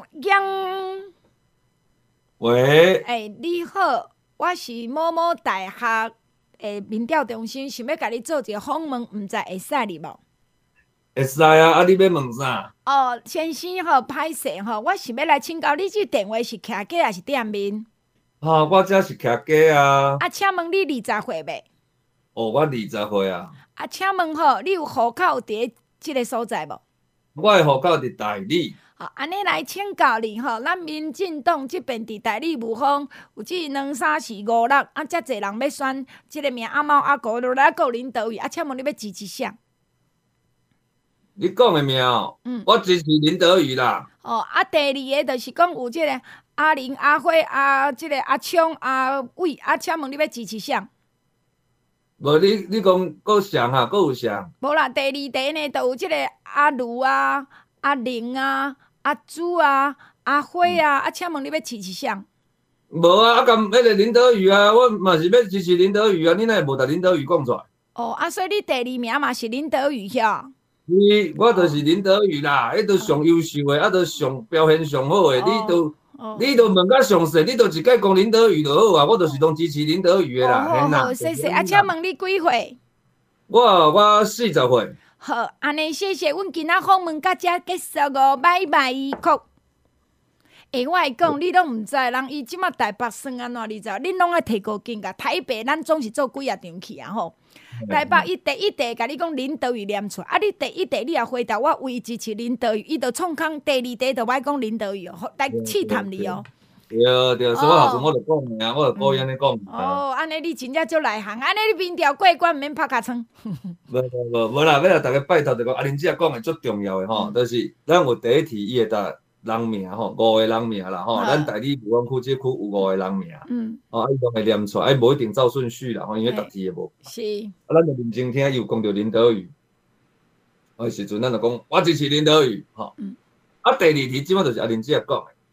S3: 喂，
S2: 你好，我是某某大学的民调中心，想要甲你做一个访问，毋知会使你无？
S3: 会使啊，你要问啥？
S2: 哦，先生吼，歹势吼，我想要来请教你，这电话是徛家还是店面？
S3: 我这是徛家啊。
S2: 请问你20岁未？
S3: 我20岁啊。
S2: 请问吼，你有户口伫即个所在无？
S3: 我的户口伫大理。
S2: 安尼来请教你吼，咱民进党即边伫大理无方有即2、3、4、5、6，遮侪人要选即个名阿猫阿狗，落来个林德宇，请问你要支持啥？
S3: 你讲的名我支持林德宇啦。
S2: 第二个就是讲有即个阿玲、阿辉、即个阿昌、阿伟，请问你要支持啥？
S3: 无你讲搁谁哈？搁有谁？
S2: 无啦，第二题呢，就有即个阿卢啊、阿玲啊、阿朱啊、阿辉啊，请问你要支持啥？
S3: 无啊，敢迄个林德宇啊，我嘛是要支持林德宇啊，你哪会无甲林德宇讲出来？
S2: 所以你第2名嘛是林德宇遐。
S3: 我就是林德宇啦，迄都上优秀的，都上表现上好的，你都问甲详细，你都一概讲林德宇就好啊，我就是拢支持林德宇的啦。
S2: 好，谢谢。请问你几岁？
S3: 我40岁。
S2: 好，安尼谢谢。阮今仔访问到遮结束哦，拜拜。我会讲，你拢毋知，人伊即马台北算安怎？你知？恁拢爱摕高金甲台北，咱总是做几啊场去啊吼。台北伊第一题甲你讲林德宇念出，你第一题你也回答我为支持林德宇，伊就创空第2题就歹讲林德宇哦，来试探你哦。
S3: 对，所以我后阵我就讲的啊，我就故意安尼讲。
S2: 安尼你真正足内行，安尼你民调过关毋免拍尻川。
S3: 无啦，要来大家拜托就讲，恁姐讲的足重要的吼，就是咱有第一题伊会答人名吼，5个人名啦吼，咱大理武安区这区有5个人名，伊拢会念出来，无一定照顺序啦，因为逐题也无。
S2: 是。
S3: 咱就认真听，伊有讲到林德宇，时阵咱就讲我支持林德宇，吼。第2题即摆就是林姐讲的，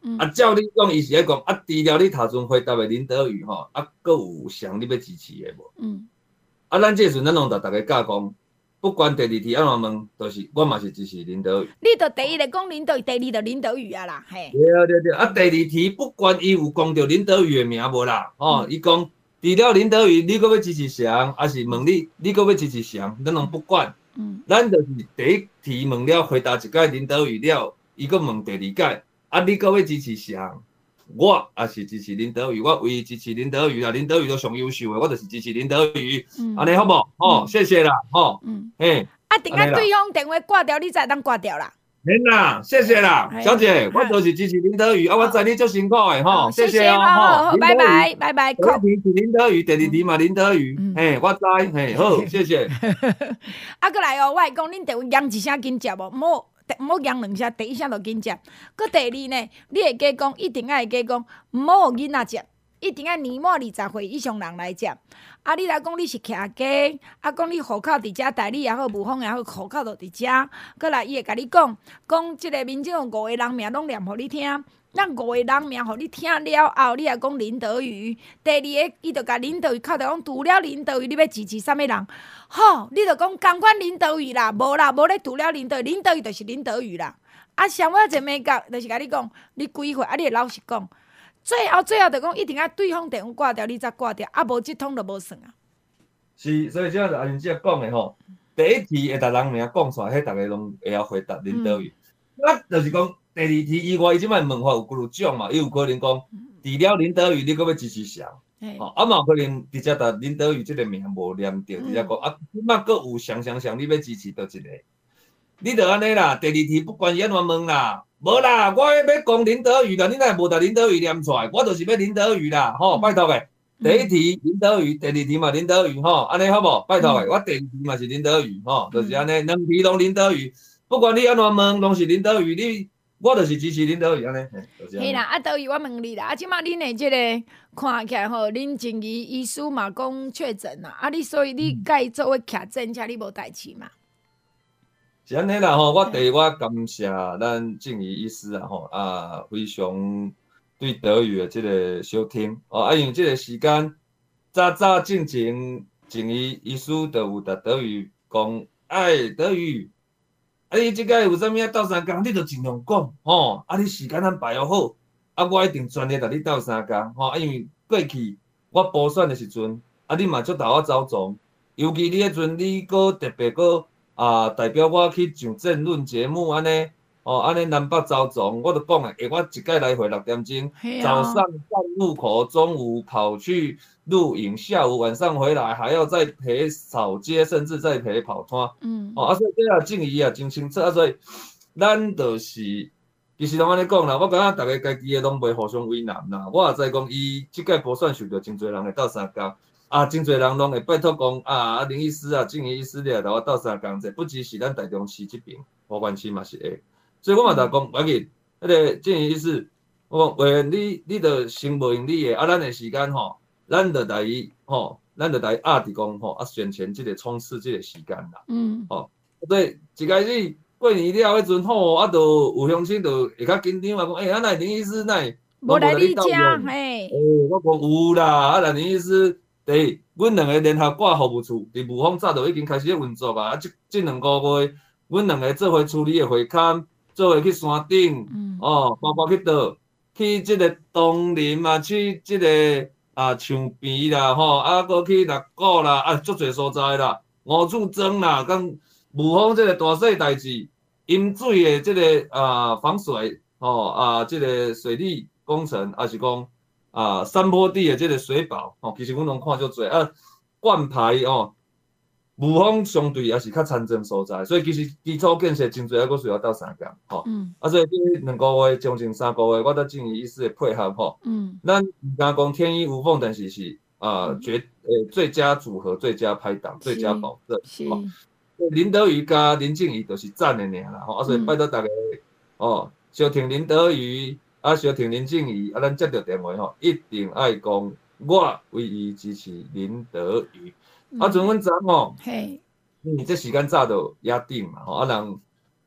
S3: 照你讲，伊是咧讲除了你头前回答的林德宇吼，佫有谁你要支持的无？咱这时阵咱拢逐个教讲，不管第二题安怎问，都是我嘛是支持林德宇。
S2: 你著第一个讲林德宇，第二就林德宇啊啦，嘿。
S3: 对。第二题不管伊有讲到林德宇的名无啦，伊讲除了林德宇，你佫要支持谁？还是问你佫要支持谁？咱拢不管。咱就是第一题问了，回答一届林德宇了，伊佫问第二届，你佫要支持谁？我也是支持林德宇，我唯一支持林德宇啦，林德宇都上优秀的，我就是支持林德宇，安尼好无？谢谢啦，嘿。
S2: 等下对方电话挂掉，你才当挂掉啦。
S3: 免啦，谢谢啦，小姐，我就是支持林德宇，我知你足辛苦的谢谢哦，
S2: 好，拜拜。
S3: 第一题是林德宇，第二题嘛林德宇，我知，好，谢谢。
S2: 过来哦，我会讲，恁电话扬一声紧接无，唔好扬两声，第一声就紧接。佮第二呢，你会加讲，一定爱加讲，唔好囡仔接，一定爱年满20岁以上人来接。你来讲你是徛家，讲你户口伫遮，代理也好，无方也好，户口就伫遮。过来，伊会甲你讲即个民众5个人名拢念互你听。咱5个人名互你听了后，你也讲林德宇。第二个，伊就甲林德宇靠着讲，除了林德宇，你要支持啥物人？吼，你就讲共款林德宇啦，无啦，无咧除了林德宇，林德宇就是林德宇啦。上尾一个美角，就是甲你讲，你几岁？你会老实讲。最后就讲，一定要对方电话挂掉，你才挂掉，无即通就无算啊。
S3: 是，所以这就阿玲姐讲的吼，第一题会逐人名讲出来，迄逐个拢会晓回答林德宇。就是讲。第二题以外，伊即摆问法有几多种嘛？伊有可能讲，除了林德宇，你佫要支持谁？嘛有可能直接答林德宇即个名无念到，直接讲即摆佫有谁，你要支持倒一个？你著安尼啦。第二题不管伊安怎问啦，无啦，我要讲林德宇啦，你若无答林德宇念出来，我就是要林德宇啦，拜托诶。第一题林德宇，第二题嘛林德宇，安尼好无？拜托诶，我第二题嘛是林德宇，就是安尼，两题拢林德宇，不管你安怎问，拢是林德宇，我就是支持林德宇安尼，
S2: 是啦，德宇，我问你啦，即马恁的即个看起来吼，恁静怡医师嘛讲确诊啦，所以你甲伊做伙徛政策，你无代志嘛？
S3: 是安尼啦吼，我第一我感谢咱静怡医师非常对德宇的即个收听因为即个时间早进前，静怡医师就有甲德宇讲，德宇。你即个有啥物斗相共，你著尽量讲你时间安排好，我一定专业甲你斗相共因为过去我补选的时阵，你嘛足投我走总，尤其你迄阵你佫特别佫代表我去上政论节目安尼安尼南北走总，我著讲我一届来回6点钟，早上站路口，中午跑去录影，下午晚上回来还要再陪扫街，甚至再陪跑摊。所以这静怡真清楚所以咱就是其实拢安尼讲啦，我感觉大家家己的拢袂互相为难啦。我也知讲伊即届补选受到真侪人会斗相共真侪人拢会拜托讲林医师静怡医师你来甲我斗相共者，不只是咱台中市这边，花莲市嘛是会。所以我嘛就讲，要紧，迄个静怡医师，我讲为你著先无用你的咱的时间咱著来咱著来伫讲选前即个冲刺即个时间啦。所以一开始过年了迄阵就有乡亲就会较紧张讲咱林医师
S2: 无来你家
S3: 我讲有啦，林医师第阮两个联合挂服务处伫雾峰早就已经开始运作啊。即2个月，阮两个做伙处理的会勘，做伙去山顶包括去倒去即个东林去即个树边啦佫去六股啦足侪所在啦，五柱庄啦，跟雾峰即个大细代志，饮水的即个防水即个水利工程，还是讲山坡地的即个水保其实阮拢看足侪灌排雾峰相对也是较参政所在，所以其实基础建设真侪还佫需要斗相共所以这2个月将近3个月，我甲静怡医师的配合咱毋敢讲天衣无缝，但是是最佳组合、最佳拍档、最佳保证林德宇加林静怡就是赞的尔啦所以拜托大家收听林德宇收听林静怡咱接到电话一定爱讲我唯一支持林德宇阵阮知这时间早就约定嘛人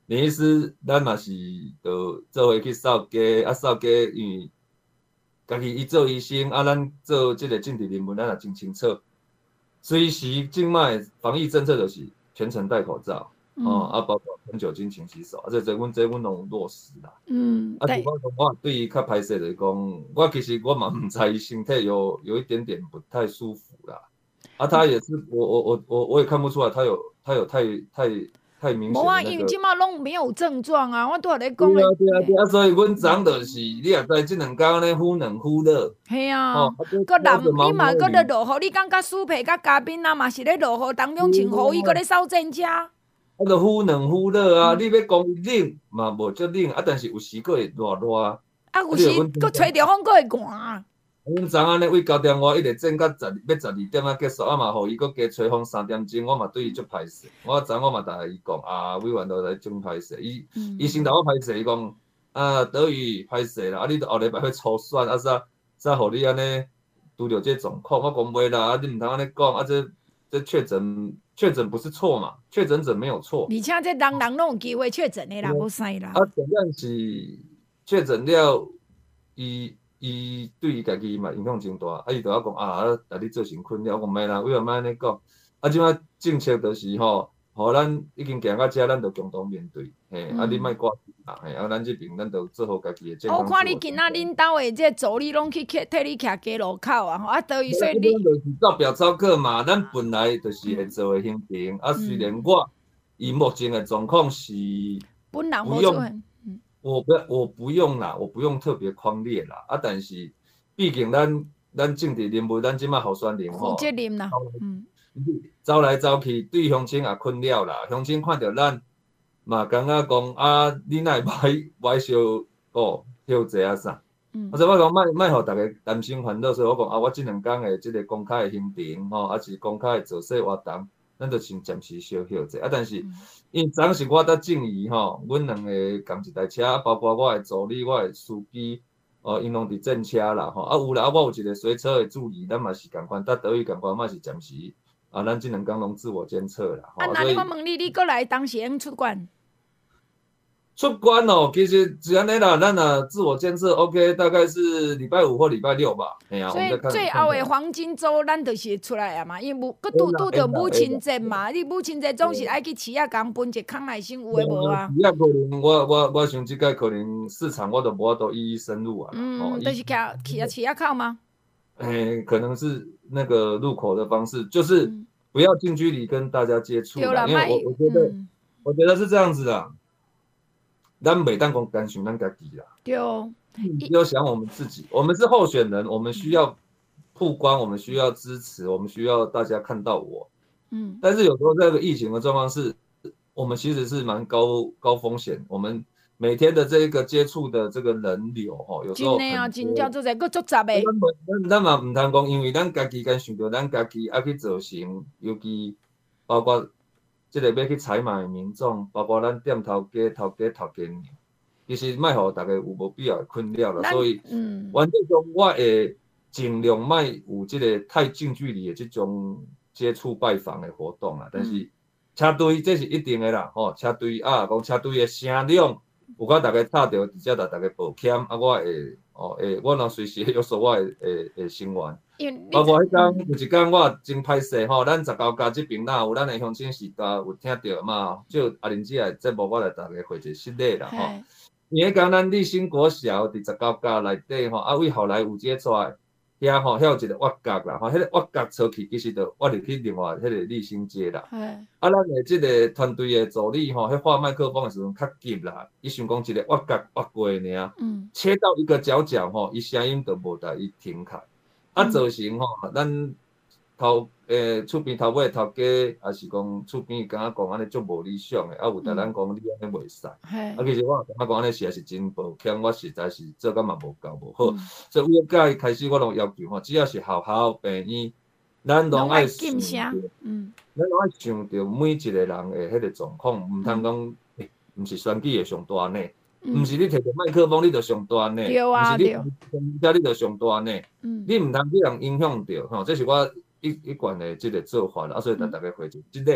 S3: 林医师，咱嘛是就做伙去扫街，扫街因为家己做医生，咱做这个政治人物，咱也真清楚。随时境内防疫政策就是全程戴口罩，包括喷酒精、勤洗手，这阮拢落实啦。对。我对于较歹势就是讲，我其实我嘛唔知伊身体有一点点不太舒服啦。他也是我也看不出来，他有太明显。无
S2: 啊，因为即马拢没有症状啊，我拄仔咧讲。
S3: 对啊，所以阮昨就是，你也知即2天咧忽冷忽热。
S2: 系啊，搁你嘛搁咧落雨，你感觉苏培甲嘉宾啊嘛是咧落雨当中穿雨衣，搁咧扫战车。
S3: 就忽冷忽热啊，你要讲冷嘛无遮冷，但是有时佫会热。
S2: 啊，有时佫吹着风佫会寒。
S3: 阮昨暗咧为9点外一直整到要12点结束，嘛，互伊佫加吹风3点钟，我嘛对伊足歹势。我昨我嘛逐个伊讲委员都来真歹势，伊先头我歹势，伊讲德语歹势啦，你后礼拜去抽选啥互你安尼拄着这状况？我讲袂啦，你毋通安尼讲，这确诊不是错嘛？确诊者没有错。
S2: 而且这人拢有机会确诊的啦，无啥啦。
S3: 怎样是确诊了，伊对伊家己嘛影响真大，伊就我讲带你做成困了，我讲袂啦，为何莫安尼讲？即摆政策就是互咱已经行到遮，咱就共同面对，你莫挂心啦，咱这边咱就做好家己的健康。
S2: 我看你今仔恁兜的这助理拢去替你徛街路口啊，所以
S3: 你就是照表操课嘛，咱本来就是会做的行程，虽然我以目前的状况是
S2: 本人无用。
S3: 我不用啦，我不用特别匡列啦，但是毕竟咱政治人物，咱即摆候选人
S2: 负责任啦，
S3: 走来走去，对乡亲也困扰啦。乡亲看到咱嘛，感觉讲你哪会买烧休者啥？所以我讲莫互大家担心烦恼，所以我讲我这2天的这个公开的行程还是公开的造势活动。咱就先暂时小休者，但是因为昨是我在静怡阮2个共一台车，包括我的助理、我的司机，因拢伫正车啦，有啦，我有一个随车的助理，咱嘛是共款，德语共款嘛是暂时，咱这2天拢自我监测啦。
S2: 那我问你过来当时用出关？
S3: 出关其实只安尼啦，咱自我监测 OK， 大概是礼拜5或礼拜6吧。
S2: 所以最后的黄金周咱就是出来啊嘛，因为拄着母亲节嘛，你母亲节总是爱去市仔港分一空内先有诶无啊？
S3: 市仔可能我想即个可能市场我都无法度一一深入啊。
S2: 就是徛市仔口吗？
S3: 可能是那个入口的方式，就是不要近距离跟大家接触啦，因为我觉得是这样子的。咱袂当讲单想咱家己啦，
S2: 对，
S3: 要想我们自己，我们是候选人，我们需要曝光，我们需要支持，我们需要大家看到我。但是有时候这个疫情的状况是，我们其实是蛮高风险，我们每天的这个接触的这个人流有时候
S2: 真的真叫做个足杂的。
S3: 咱嘛唔通讲，因为咱家己敢想到咱家己去造成，尤其包括。即个要去采买的民众，包括咱店头家、头家娘，其实莫互大家有无必要的困扰啦。所以，原则上我会尽量莫有即个太近距离的即种接触拜访的活动啦。但是车队这是一定的啦，车队讲车队的声量，有甲大家吵着，直接甲大家抱歉，我若随时有所我的声援。包括迄天有一天我真歹势咱19家这边有咱的乡亲时代有听到嘛，就阿玲姐的节目我来大家回一失礼啦因为讲咱立新国小伫19家内底为后来有接出来，遐有一个挖角啦迄个挖角出去其实就挖入去另外迄个立新街啦。咱的即个团队的助理迄画麦克风的时阵较急啦，伊想讲一个挖角挖过尔，切到一个角角伊声音就无带伊停开。造成咱厝边头尾头家，也是讲厝边敢讲安尼足无理想的，有逐人讲你安尼袂使。其实我感觉讲安尼实在是真抱歉，我实在是做甲嘛无够无好。所以为了开始我拢要求只要是学校病院，咱拢爱想着，咱拢爱想着每一个人的迄个状况，毋通讲毋是选举的上大呢。毋是你摕着麦克风，你就上大呢；毋是你就上大呢。你毋通去人影响着，这是我一贯的即个做法啦。所以大家回去，即个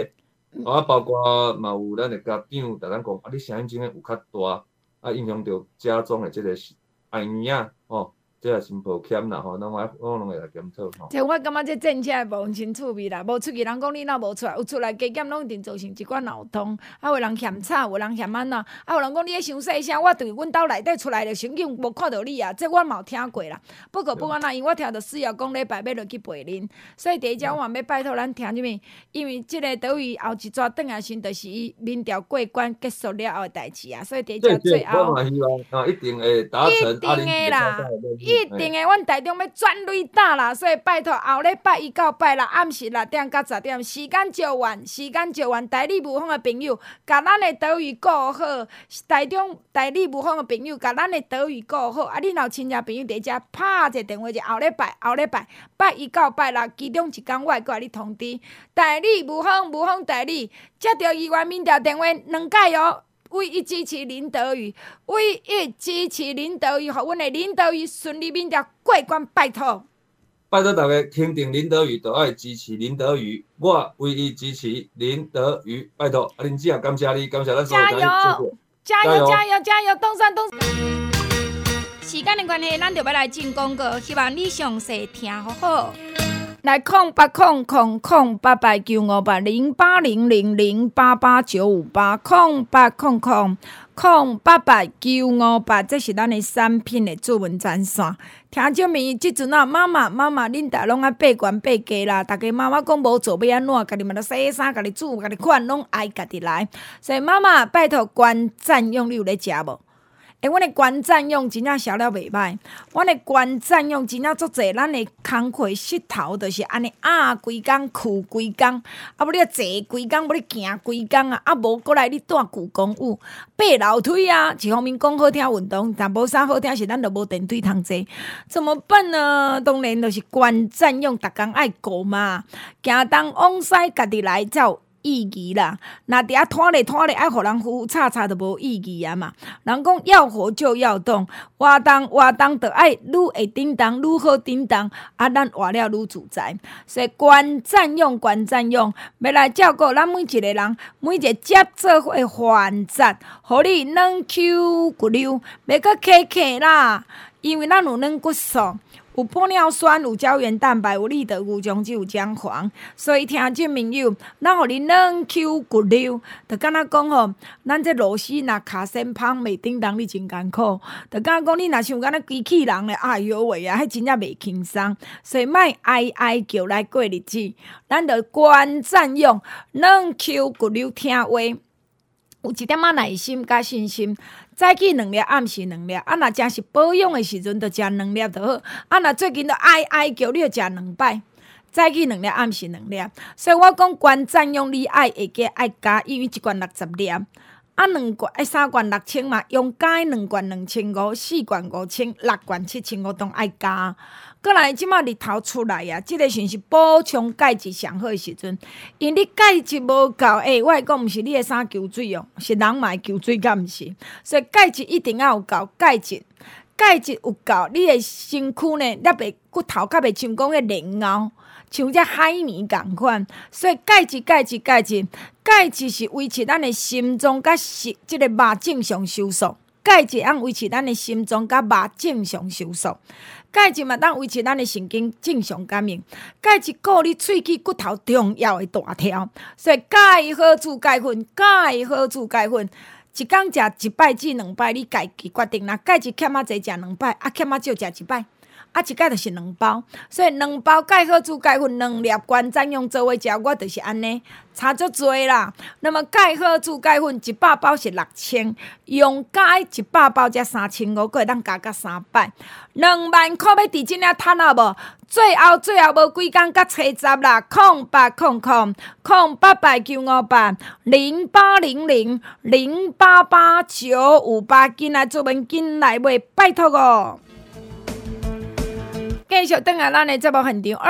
S3: 包括嘛有咱的家长，逐咱讲啊，你声音真诶有较大，啊影响到家中的即个安宁啊，这也真抱歉啦吼，我拢会来检讨吼。
S2: 即我感觉这政策无真趣味啦，无出去人讲你若无出来，有出来加减拢一定造成一寡闹动，有人嫌吵，有人嫌安怎，有人讲你咧伤细声，我对阮兜内底出来就神经无看到你啊，这我嘛有听过啦。不过安怎，因为我听到四瑶讲礼拜要落去陪恁，所以第一只我嘛要拜托咱听什么，因为即个倒位后一抓转来时，就是伊民调过关结束了后的代志啊，所以第一只最后。
S3: 我嘛希望一定会达成。
S2: 一定的啦，一定的，阮台中要转雷打啦，所以拜托后礼拜1到拜6暗时6点到10点，时间招完，台里无风的朋友，甲咱的岛屿顾好，台里无风的朋友，甲咱的岛屿顾好。啊，恁有亲戚朋友伫遮拍一个电话，就后礼拜拜1到拜6，其中一天我会过来你通知。台里无风台里，接到议员民调电话2届哦。唯一支持林德瑜，唯一支持林德瑜，互阮的林德瑜顺利民调过关，拜托！
S3: 拜托大家肯定林德瑜，就爱支持林德瑜。我唯一支持林德瑜，拜托！啊，林子啊，感谢你，感谢咱所有人，
S2: 加油！东山！时间的关系，咱就要来进广告，希望你详细听好好。来0800-0889580889580800-088958，这是咱的产品的主文专线。听众朋友，即阵啊，妈妈，恁逐拢爱爬悬爬低啦，逐个妈妈讲无做要安怎，家己嘛着洗衫，家己煮，家己款，拢爱家己来。所以妈妈，拜托关占用，你有咧食无？阮的关占用真正销了袂歹，阮的关占用真正足济，咱的工课膝头就是安尼规工屈规工，啊无你坐规工，无你行规工啊，啊无过来你蹛旧公务，爬楼梯啊，一方面讲好听运动，但无啥好听是咱就无电梯通坐，怎么办呢？当然就是关占用，逐工爱顾嘛，行东往西家己来才有意义啦，若伫遐拖咧，爱互人呼叉叉就无意义啊嘛。人讲要活就要动，活动就爱愈会叮当，愈好叮当，啊，咱活了愈自在。所以关占用，要来照顾咱每一个人，每一个接做伙环节，互你软 Q 骨溜，袂阁客啦，因为咱有软骨素。有玻尿酸，有胶原蛋白，有立德牛浆汁，有姜黄，所以听众朋友，咱互你软 Q 骨溜，就敢若讲吼，咱这螺丝若卡身芳袂叮当，你真艰苦。就敢若讲你若像敢若机器人咧，哎哟喂啊，迄真正袂轻松。所以莫哀叫来过日子，咱就关占用软 Q 骨溜听话。有一点仔耐心甲信心，早起2粒，暗时2粒。啊，若真是保养的时阵，就食2粒就好。啊，若最近都哀叫，你就食2摆。早起2粒，暗时2粒。所以我讲关占用，你爱会记爱加，因为1罐60粒。啊，3罐6000嘛，用加2罐2500，4罐5000，6罐7500都爱加。过来，即马日头出来啊，即个算是补充钙质上好的时阵。因你钙质无够，我会讲，毋是你的衫求水哦，是人嘛会求水，敢毋是？所以钙质一定要有够，钙质有够，你的身躯呢，才袂骨头较袂像讲迄莲藕，像只海绵共款。所以钙质是维持咱的心脏甲即个肉正常收缩。钙质通维持咱的心脏甲肉正常收缩，钙质嘛当维持咱的神经正常感应，钙质顾你喙齿骨头重要的大条，所以钙好煮钙粉，一工食1摆至2摆，你家己决定啦。钙质欠仔济食2摆，啊欠仔少食1摆。啊，一盖就是2包，所以2包钙好煮钙粉2粒关占用做伙食，我就是安尼，差足多啦。那么钙好煮钙粉100包是6000，用钙100包才3500，个当加到3摆，2万块要伫真正趁啊无？最后无几工甲初十啦，0800-0800-088958，紧来做文紧来买，拜托哦。继续转来咱的节目现场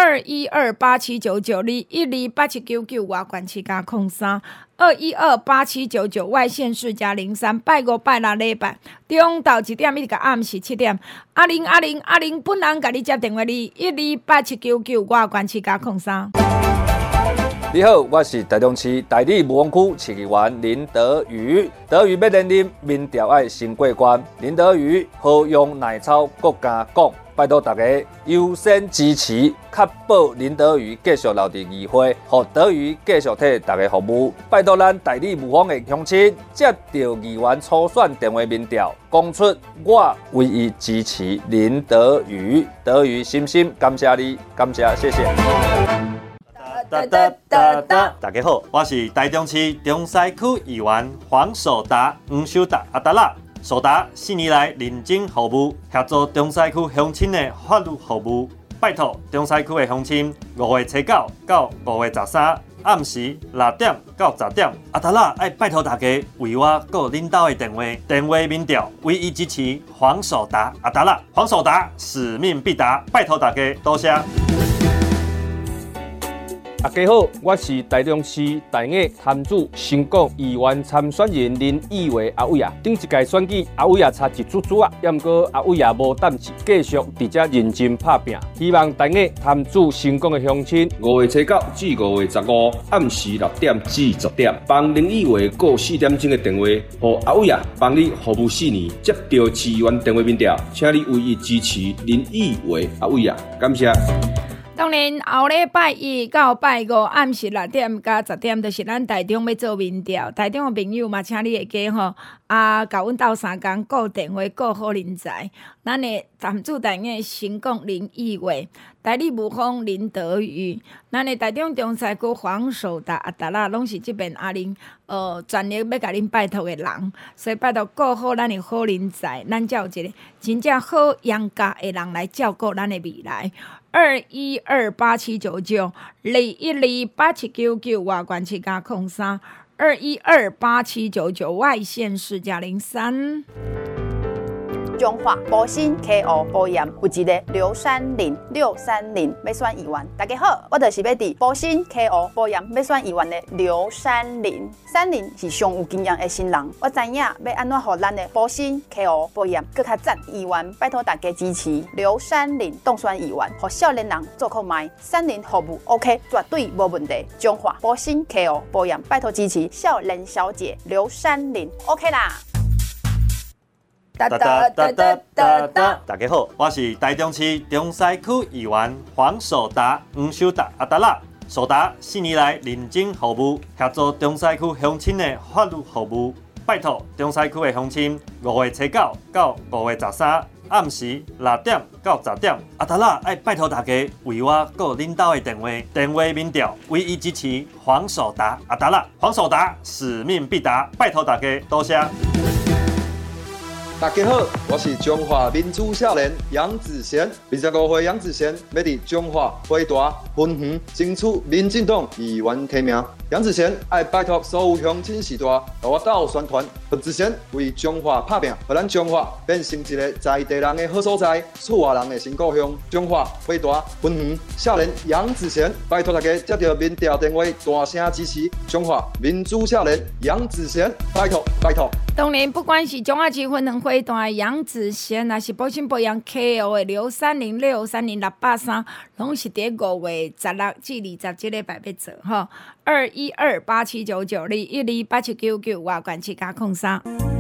S2: ，212879921287999外管7加03，2128799外县市加03，拜5拜6礼拜，中昼1点一直到暗时7点，阿玲本人甲你接电话，2187999外管7加03。
S7: 你好，我是台中市大理武峰区市议员林德瑜。德瑜要连任民调爱先过关，林德瑜好用奶草国家讲，拜托大家优先支持，确保林德瑜继续留伫议会，让德瑜继续替大家服务。拜托咱大理武峰的乡亲接到议员初选电话民调，讲出我唯一支持林德瑜。德瑜深深感谢你，感谢，谢谢。
S4: 大家好，我是台中市中西区议员黄守达、黄守达阿达拉。守达4年来认真服务，协助中西区乡亲的法律服务。拜托中西区的乡亲，5月初9到5月13暗时6点到10点，阿达拉爱拜托大家为我个领导的电话民调，唯一支持黄守达阿达拉。黄守达使命必达，拜托大家多谢。
S6: 大家好，我是台中市大雅潭子新港议员参选人林义伟阿伟啊。顶一届选举，阿伟啊差一组组啊，也毋过阿伟啊无胆志，继续伫遮认真拍拼。希望大雅潭子新港的乡亲，5月初9至5月15暗时6点至10点，帮林义伟过4点钟的电话，予阿伟啊帮你服务4年。接到市议员电话民调，请你唯一支持林义伟阿伟啊，感谢。
S2: 当然，后礼拜一到拜五暗时6点到10点，就是咱台中要做民调。台中的朋友嘛，请你会记吼，甲阮斗3工顾电话顾好人才。咱的潭子台雅新港林义伟，台理武峰林德瑜，咱的台中中西区黄守达阿达拉，拢是即边阿玲全力要甲恁拜托的人，所以拜托顾好咱的好人才，咱才有一个真正好养家的人来照顾咱的未来。212879921287999外关7加03，2128799外县市加03。
S8: 中华保新 KO 保盐有一个刘山林要选议员。大家好，我就是要伫保新 KO 保盐要选议员的刘山林。山林是上有经验的新人，我知影要安怎互咱的保新 KO 保盐更较赞。议员拜托大家支持刘山林当选议员，互少年人做看卖。山林服务 OK， 绝对无问题。中华保新 KO 保盐拜托支持少年小姐刘山林 OK 啦。
S4: 大家好，我是台中市中西区议员黄守达、黄守达阿达拉。守达4年来认真服务，协助中西区乡亲的法律服务。拜托中西区的乡亲，5月初9到5月13暗时6点到10点，阿达拉爱拜托大家为我个领导的电话民调，唯一支持黄守达阿达拉。黄守达使命必达，拜托大家多谢。
S9: 大家好，我是中华民主少年杨子贤，25岁杨子贤要伫中华回大分园争取民进党议员提名。杨子贤爱拜托所有乡亲时代，和我斗宣传，杨子贤为中华拍拼，让咱中华变成一个在地人的好所在，厝外人的新故乡。中华回大分园少年杨子贤，拜托大家接到民调电话，大声支持中华民主少年杨子贤，拜托拜托。
S2: 当然，不管是中华区分园会大的杨子贤，还是保新保养 KO 的刘306306883，拢是伫5月16至20这礼拜要做吼。212879921287999外关7加03。